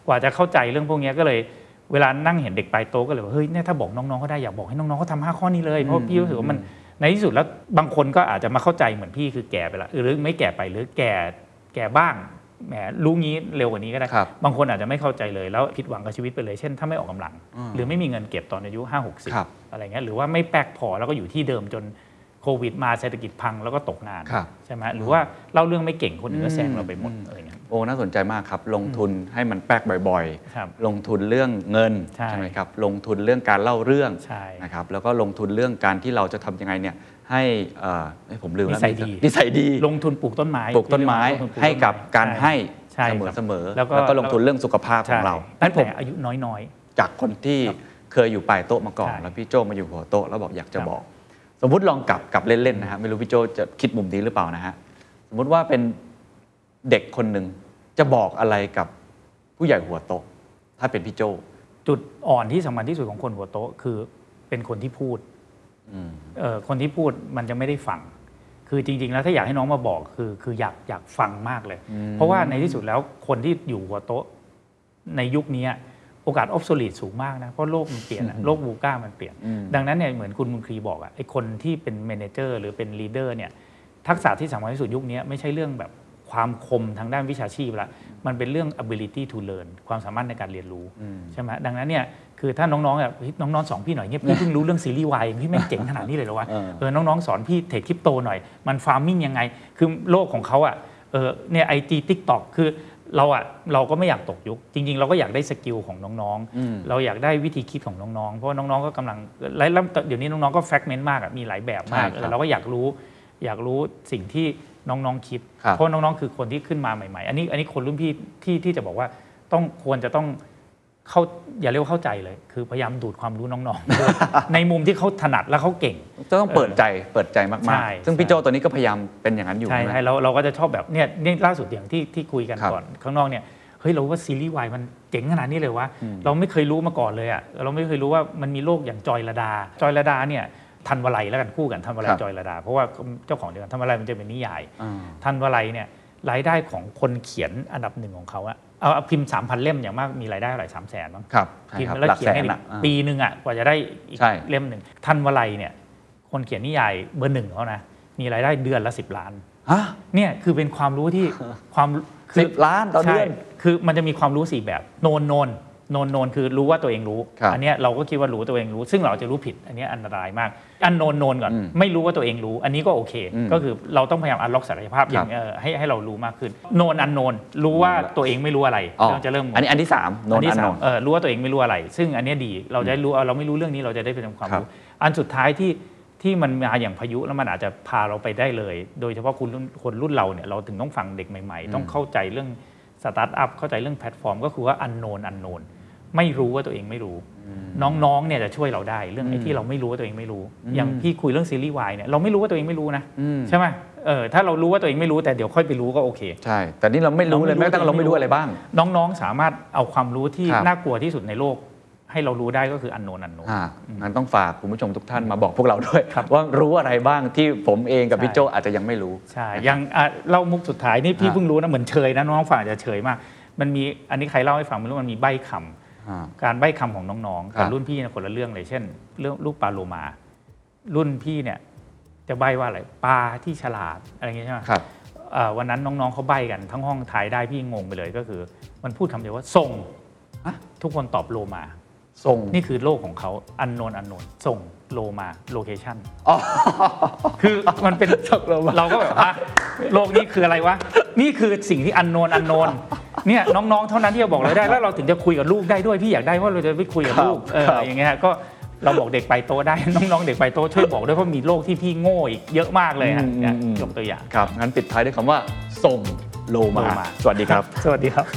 Speaker 1: กว่าจะเข้าใจเรื่องพวกนี้ก็เลยเวลานั่งเห็นเด็กปลายโตก็เลยว่าเฮ้ยเนี่ยถ้าบอกน้องๆเขาได้อยากบอกให้น้องๆเขาทำห้าข้อนี้เลยเพราะพี่รู้สึกว่ามันในที่สุดแล้วบางคนก็อาจจะมาเข้าใจเหมือนพี่คือแก่ไปละหรือไม่แก่ไปหรือแก่แก่บ้างแหมรู้งี้เร็วกว่านี้ก็ได้
Speaker 5: ครับ
Speaker 1: บางคนอาจจะไม่เข้าใจเลยแล้วผิดหวังกับชีวิตไปเลยเช่นถ้าไม่ออกกำลัง หรือไม่มีเงินเก็บตอนอายุห้าหกสิบ
Speaker 5: ครับ
Speaker 1: อะไรเงี้ยหรือว่าไม่แป๊กพอแล้วก็อยู่ที่เดิมจนโควิดมาเศรษฐกิจพังแล้วก็ตกงาน
Speaker 5: ครับ
Speaker 1: ใช่ไหมหรือว่าเล่าเรื่องไม่เก่งคนอื่นก็แซงเราไปหมดอะไรเงี้ย
Speaker 5: โอ้น่าสนใจมากครับลงทุนให้มันแป๊กบ่อย
Speaker 1: ครับ
Speaker 5: ๆ ลงทุนเรื่องเงิน
Speaker 1: ใช่
Speaker 5: ไหมครับลงทุนเรื่องการเล่าเรื่อง
Speaker 1: ใช่
Speaker 5: นะครับแล้วก็ลงทุนเรื่องการที่เราจะทำยังไงเนี่ยให้เอ่อให้ผมลืมแล้ว
Speaker 1: นิสัยดี
Speaker 5: นิสัยดี
Speaker 1: ลงทุนปลูกต้นไม้
Speaker 5: ปลูกต้นไม้
Speaker 1: ลงทุนปลู
Speaker 5: ให้กับการให้
Speaker 1: ใช่
Speaker 5: เสมอ
Speaker 1: ครับ
Speaker 5: เสมอ
Speaker 1: แล้วก็
Speaker 5: แล้วก็ลงทุนเรื่องสุขภาพของเรา
Speaker 1: ใช่
Speaker 5: นั้
Speaker 1: ตั้
Speaker 5: น
Speaker 1: ง
Speaker 5: ผม
Speaker 1: แต่อายุน้อย
Speaker 5: จากคนที่เคยอยู่ปลายโต๊ะมาก่อน
Speaker 1: ใช่
Speaker 5: แล้วพี่โจมาอยู่หัวโต๊ะแล้วบอกอยากจะ
Speaker 1: ครับ
Speaker 5: บอก สมมุติลองกลับกลับเล่นๆนะฮะไม่รู้พี่โจจะคิดมุมนี้หรือเปล่านะฮะสมมุติว่าเป็นเด็กคนหนึ่งจะบอกอะไรกับผู้ใหญ่หัวโต๊ะถ้าเป็นพี่โจ
Speaker 1: ๆจุดอ่อนที่สำคัญที่สุดของคนหัวโต๊ะคือเป็นคนที่พูด
Speaker 5: อืม
Speaker 1: เอ่อคนที่พูดมันจะไม่ได้ฟังคือจริงๆแล้วถ้าอยากให้น้องมาบอกคือคืออยากอยากฟังมากเลย เพราะว่าในที่สุดแล้วคนที่อยู่หัวโต๊ะในยุคนี้โอกาสออฟโซลิดสูงมากนะเพราะโลกมันเปลี่ยนอะโลกวูก้ามันเปลี่ยน ดังนั้นเนี่ยเหมือนคุณมุนครีบอกอะไอคนที่เป็นเมเนเจอร์หรือเป็นลีดเดอร์เนี่ยทักษะที่สำคัญที่สุดยุคนี้ไม่ใช่เรื่องแบบความคมทางด้านวิชาชีพละมันเป็นเรื่อง ability to learn ความสามารถในการเรียนรู้ใช่ไหมดังนั้นเนี่ยคือถ้าน้องๆอ่ะเฮ้ยน้องๆสอนพี่หน่อยเนี่ยพี่เพิ่งรู้เรื่องซีรีส์วายพี่แม่งเจ๋งขนาดนี้เลยเหรอวะ
Speaker 5: เออ
Speaker 1: เออน้องๆสอนพี่เทรดคริปโตหน่อยมันฟาร์มมิ่งยังไงคือโลกของเขาอ่ะเออเนี่ยไอจีทิกตอกคือเราอ่ะเราก็ไม่อยากตกยุคจริงๆ เราก็อยากได้สกิลของน้องๆเราอยากได้วิธีคิดของน้องๆเพราะว่าน้องๆก็กำลังแล้วเดี๋ยวนี้น้องๆก็แฟกเมนต์มากอ่ะมีหลายแบบมาก
Speaker 5: ใช่ครับ
Speaker 1: เออเราก็อยากรู้อยากรู้สิ่งที่น้องๆคิด
Speaker 5: ครับ
Speaker 1: เพราะน้องๆคือคนที่ขึ้นมาใหม่ๆ อันนี้อันนี้คนรุ่นพี่ที่ที่จะบอกว่าต้องควรจะต้องเข้าอย่าเรียกว่าเข้าใจเลย คือพยายามดูดความรู้น้องๆ ในมุมที่เขาถนัดและเขาเก่ง
Speaker 5: จะต้องเปิดใจเปิดใจมาก
Speaker 1: ใช่
Speaker 5: ๆ ซึ่งพี่โจตัวนี้ก็พยายามเป็นอย่างนั้นอยู่
Speaker 1: ใช่
Speaker 5: ใช่ไหม
Speaker 1: ใช่เราเราก็จะชอบแบบเนี่ยนี่ล่าสุดอย่างที่ที่คุยกัน
Speaker 5: ครับ
Speaker 1: ก่อนข้างนอกเนี่ยเฮ้ยเราว่าซีรีส์วายมันเจ๋งขนาดนี้เลยวะเราไม่เคยรู้มาก่อนเลยอ่ะเราไม่เคยรู้ว่ามันมีโลกอย่างจอยระดาจอยระดาเนี่ยทันวลัยแล้วกันคู่กันทันวลั
Speaker 5: ค
Speaker 1: ย
Speaker 5: รับ
Speaker 1: จอยระดา เพราะว่าเจ้าของเดียวกันทันวลัยมันจะเป็นนิยาย
Speaker 5: อ่า
Speaker 1: ทันวลัยเนี่ยรายได้ของคนเขียนอันดับหนึ่งของเขาอะเอาเอาพิมพ์สามพันเล่มอย่างมากมีรายได้เท่าไหร่สามแสนมั้ง
Speaker 5: ครับใช่
Speaker 1: พิม
Speaker 5: ครับ
Speaker 1: พ์แล้ว
Speaker 5: หลัก
Speaker 1: เขีย
Speaker 5: แส
Speaker 1: นให้
Speaker 5: น
Speaker 1: อี
Speaker 5: อะ
Speaker 1: ก
Speaker 5: อ่า
Speaker 1: ปีหนึ่งอะกว่าจะได้อีก
Speaker 5: ใช่
Speaker 1: เล่มหนึ่งทันวลัยเนี่ยคนเขียนนิยายเบอร์หนึ่งเขานะมีรายได้เดือนละสิบล้าน
Speaker 5: ฮะ
Speaker 1: เนี่ยคือเป็นความรู้ที่ความคือ
Speaker 5: สิบล้านต่อเดือน
Speaker 1: ใช่คือมันจะมีความรู้สี่แบบโนนโนนโนนโนนคือรู้ว่าตัวเองรู้
Speaker 5: ครับ
Speaker 1: อันเนี้ยเราก็คิดว่ารู้ตัวเองรู้ ซึ่งเราจะรู้ผิดอันเนี้ยอันตรายมากอันโนนโนนก่อน
Speaker 5: อืม
Speaker 1: ไม่รู้ว่าตัวเองรู้ อันนี้ก็โอเค
Speaker 5: อืม
Speaker 1: ก็คือเราต้องพยายามอันล็อกศักยภาพอย่าง
Speaker 5: ครับ
Speaker 1: เอ่อให้ให้เรารู้มากขึ้นโนนอันโนนรู้ว่าตัวเองไม่รู้อะไร
Speaker 5: อ๋อ
Speaker 1: เราจะเริ่มงง
Speaker 5: อันนี้อันที่สามโนน
Speaker 1: อันที่
Speaker 5: อัน
Speaker 1: สา
Speaker 5: โน
Speaker 1: ม
Speaker 5: น
Speaker 1: เออรู้ว่าตัวเองไม่รู้อะไร ซึ่งอันเนี้ยดีเราจะได้รู้เอาเราไม่รู้เรื่องนี้เราจะได้เป็นความ
Speaker 5: ครับ
Speaker 1: รู้ อันสุดท้ายที่ที่มันมาอย่างพายุแล้วมันอาจจะพาเราไปได้เลย โดยเฉพาะคนรุ่นคนรุ่นเราเนี่ยเราถึงต้องฟังเด็กใหม่ๆ ต้องเข้าใจเรื่องสตาร์ทอัพเข้าใจเรื่องแพลตฟอร์มก็คือว่าอันโนนอันโนนไม่รู้ว่าตัวเองไม่รู้ น้องๆเนี่ยจะช่วยเราได้เรื่องไอ้ที่เราไม่รู้ว่าตัวเองไม่รู้ อย่างพี่คุยเรื่องซีรีส์วายเนี่ยเราไม่รู้ว่าตัวเองไม่รู้นะใช่ไหมเออถ้าเรารู้ว่าตัวเองไม่รู้แต่เดี๋ยวค่อยไปรู้ก็โอเค
Speaker 5: ใช่ แต่นี่เราไม่รู้เลย
Speaker 1: เราไม่รู้
Speaker 5: แม้กระทั่งเราไม่รู้อะไรบ้าง
Speaker 1: น้องๆสามารถเอาความรู้ที่
Speaker 5: ครับ
Speaker 1: น่ากลัวที่สุดในโลก ให้เรารู้ได้ก็คืออันโนนอันโนน
Speaker 5: อ่างั้นต้องฝากคุณผู้ชมทุกท่านมาบอกพวกเราด้วยว่ารู้อะไรบ้างที่ผมเองกับ
Speaker 1: ใช่
Speaker 5: พี่โจอาจจะยังไม่รู้
Speaker 1: ใช่ยังอ่ะเล่ามุกสุดท้ายนี่พี่
Speaker 5: อ่า
Speaker 1: เพิ่งรู้นะเหมือนเชยนะน้องๆฝั่งจะเฉยมาก มันมีอันนี้ใครเล่าให้ฟังไม่รู้มันมีใบ้คำ
Speaker 5: อ่า
Speaker 1: การใบ้คำของน้องๆ
Speaker 5: ครั
Speaker 1: กับบ รุ่นพี่เนี่ยคนละเรื่องเลยเช่น เรื่องลูกปลาโลมา รุ่นพี่เนี่ยจะใบ้ว่าอะไรปลาที่ฉลาดอะไรอย่างเงี้ยใช่ไหม
Speaker 5: ครับ
Speaker 1: เอ่อวันนั้นน้องๆเขาใบ้กันทั้งห้องทายได้พี่งงไปเลยก็คือ มันพูดคำเดียวว่าส่ง
Speaker 5: อะ
Speaker 1: ทุกคนตอบโลมา
Speaker 5: ส่ง
Speaker 1: นี่คือโลกของเขาอันโนนอันโนนส่งโลมาโลเคชัน
Speaker 5: อ๋อ
Speaker 1: คือมันเป็น
Speaker 5: ส่งโลมา
Speaker 1: เราก็แบบว่าโลกนี้คืออะไรวะนี่คือสิ่งที่อันโนนอันโนนเนี่ยน้องๆเท่านั้นที่จะบอกเราได้แล้วเราถึงจะคุยกับลูกได้ด้วยพี่อยากได้ว่าเราจะไปคุยกับลูกเอออย่างเงี้ยก็เราบอกเด็กไปโตได้ น้องๆเด็กไปโตช่วยบอกด้วยเพราะมีโลกที่พี่โง่อีกเยอะมากเลยฮะเนี่ยยกตัวอย่าง
Speaker 5: ครับ งั้นปิดท้ายด้วยคำว่า ส่งโลมา
Speaker 1: โลมา
Speaker 5: สวัสดีครับ
Speaker 1: สวัสดีครับ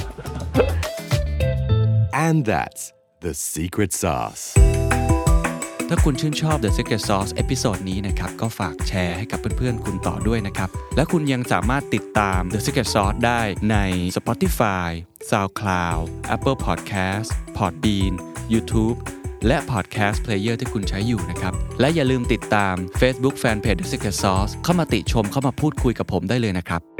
Speaker 2: And that's the secret sauce.
Speaker 4: ถ้าคุณชื่นชอบ The Secret Sauce เอพิโซดนี้นะครับก็ฝากแชร์ให้กับเพื่อนๆคุณต่อด้วยนะครับและคุณยังสามารถติดตาม The Secret Sauce ได้ใน Spotify, SoundCloud, Apple Podcast, Podbean, YouTube และ Podcast Player ที่คุณใช้อยู่นะครับและอย่าลืมติดตาม Facebook Fanpage The Secret Sauce เข้ามาติชมเข้ามาพูดคุยกับผมได้เลยนะครับ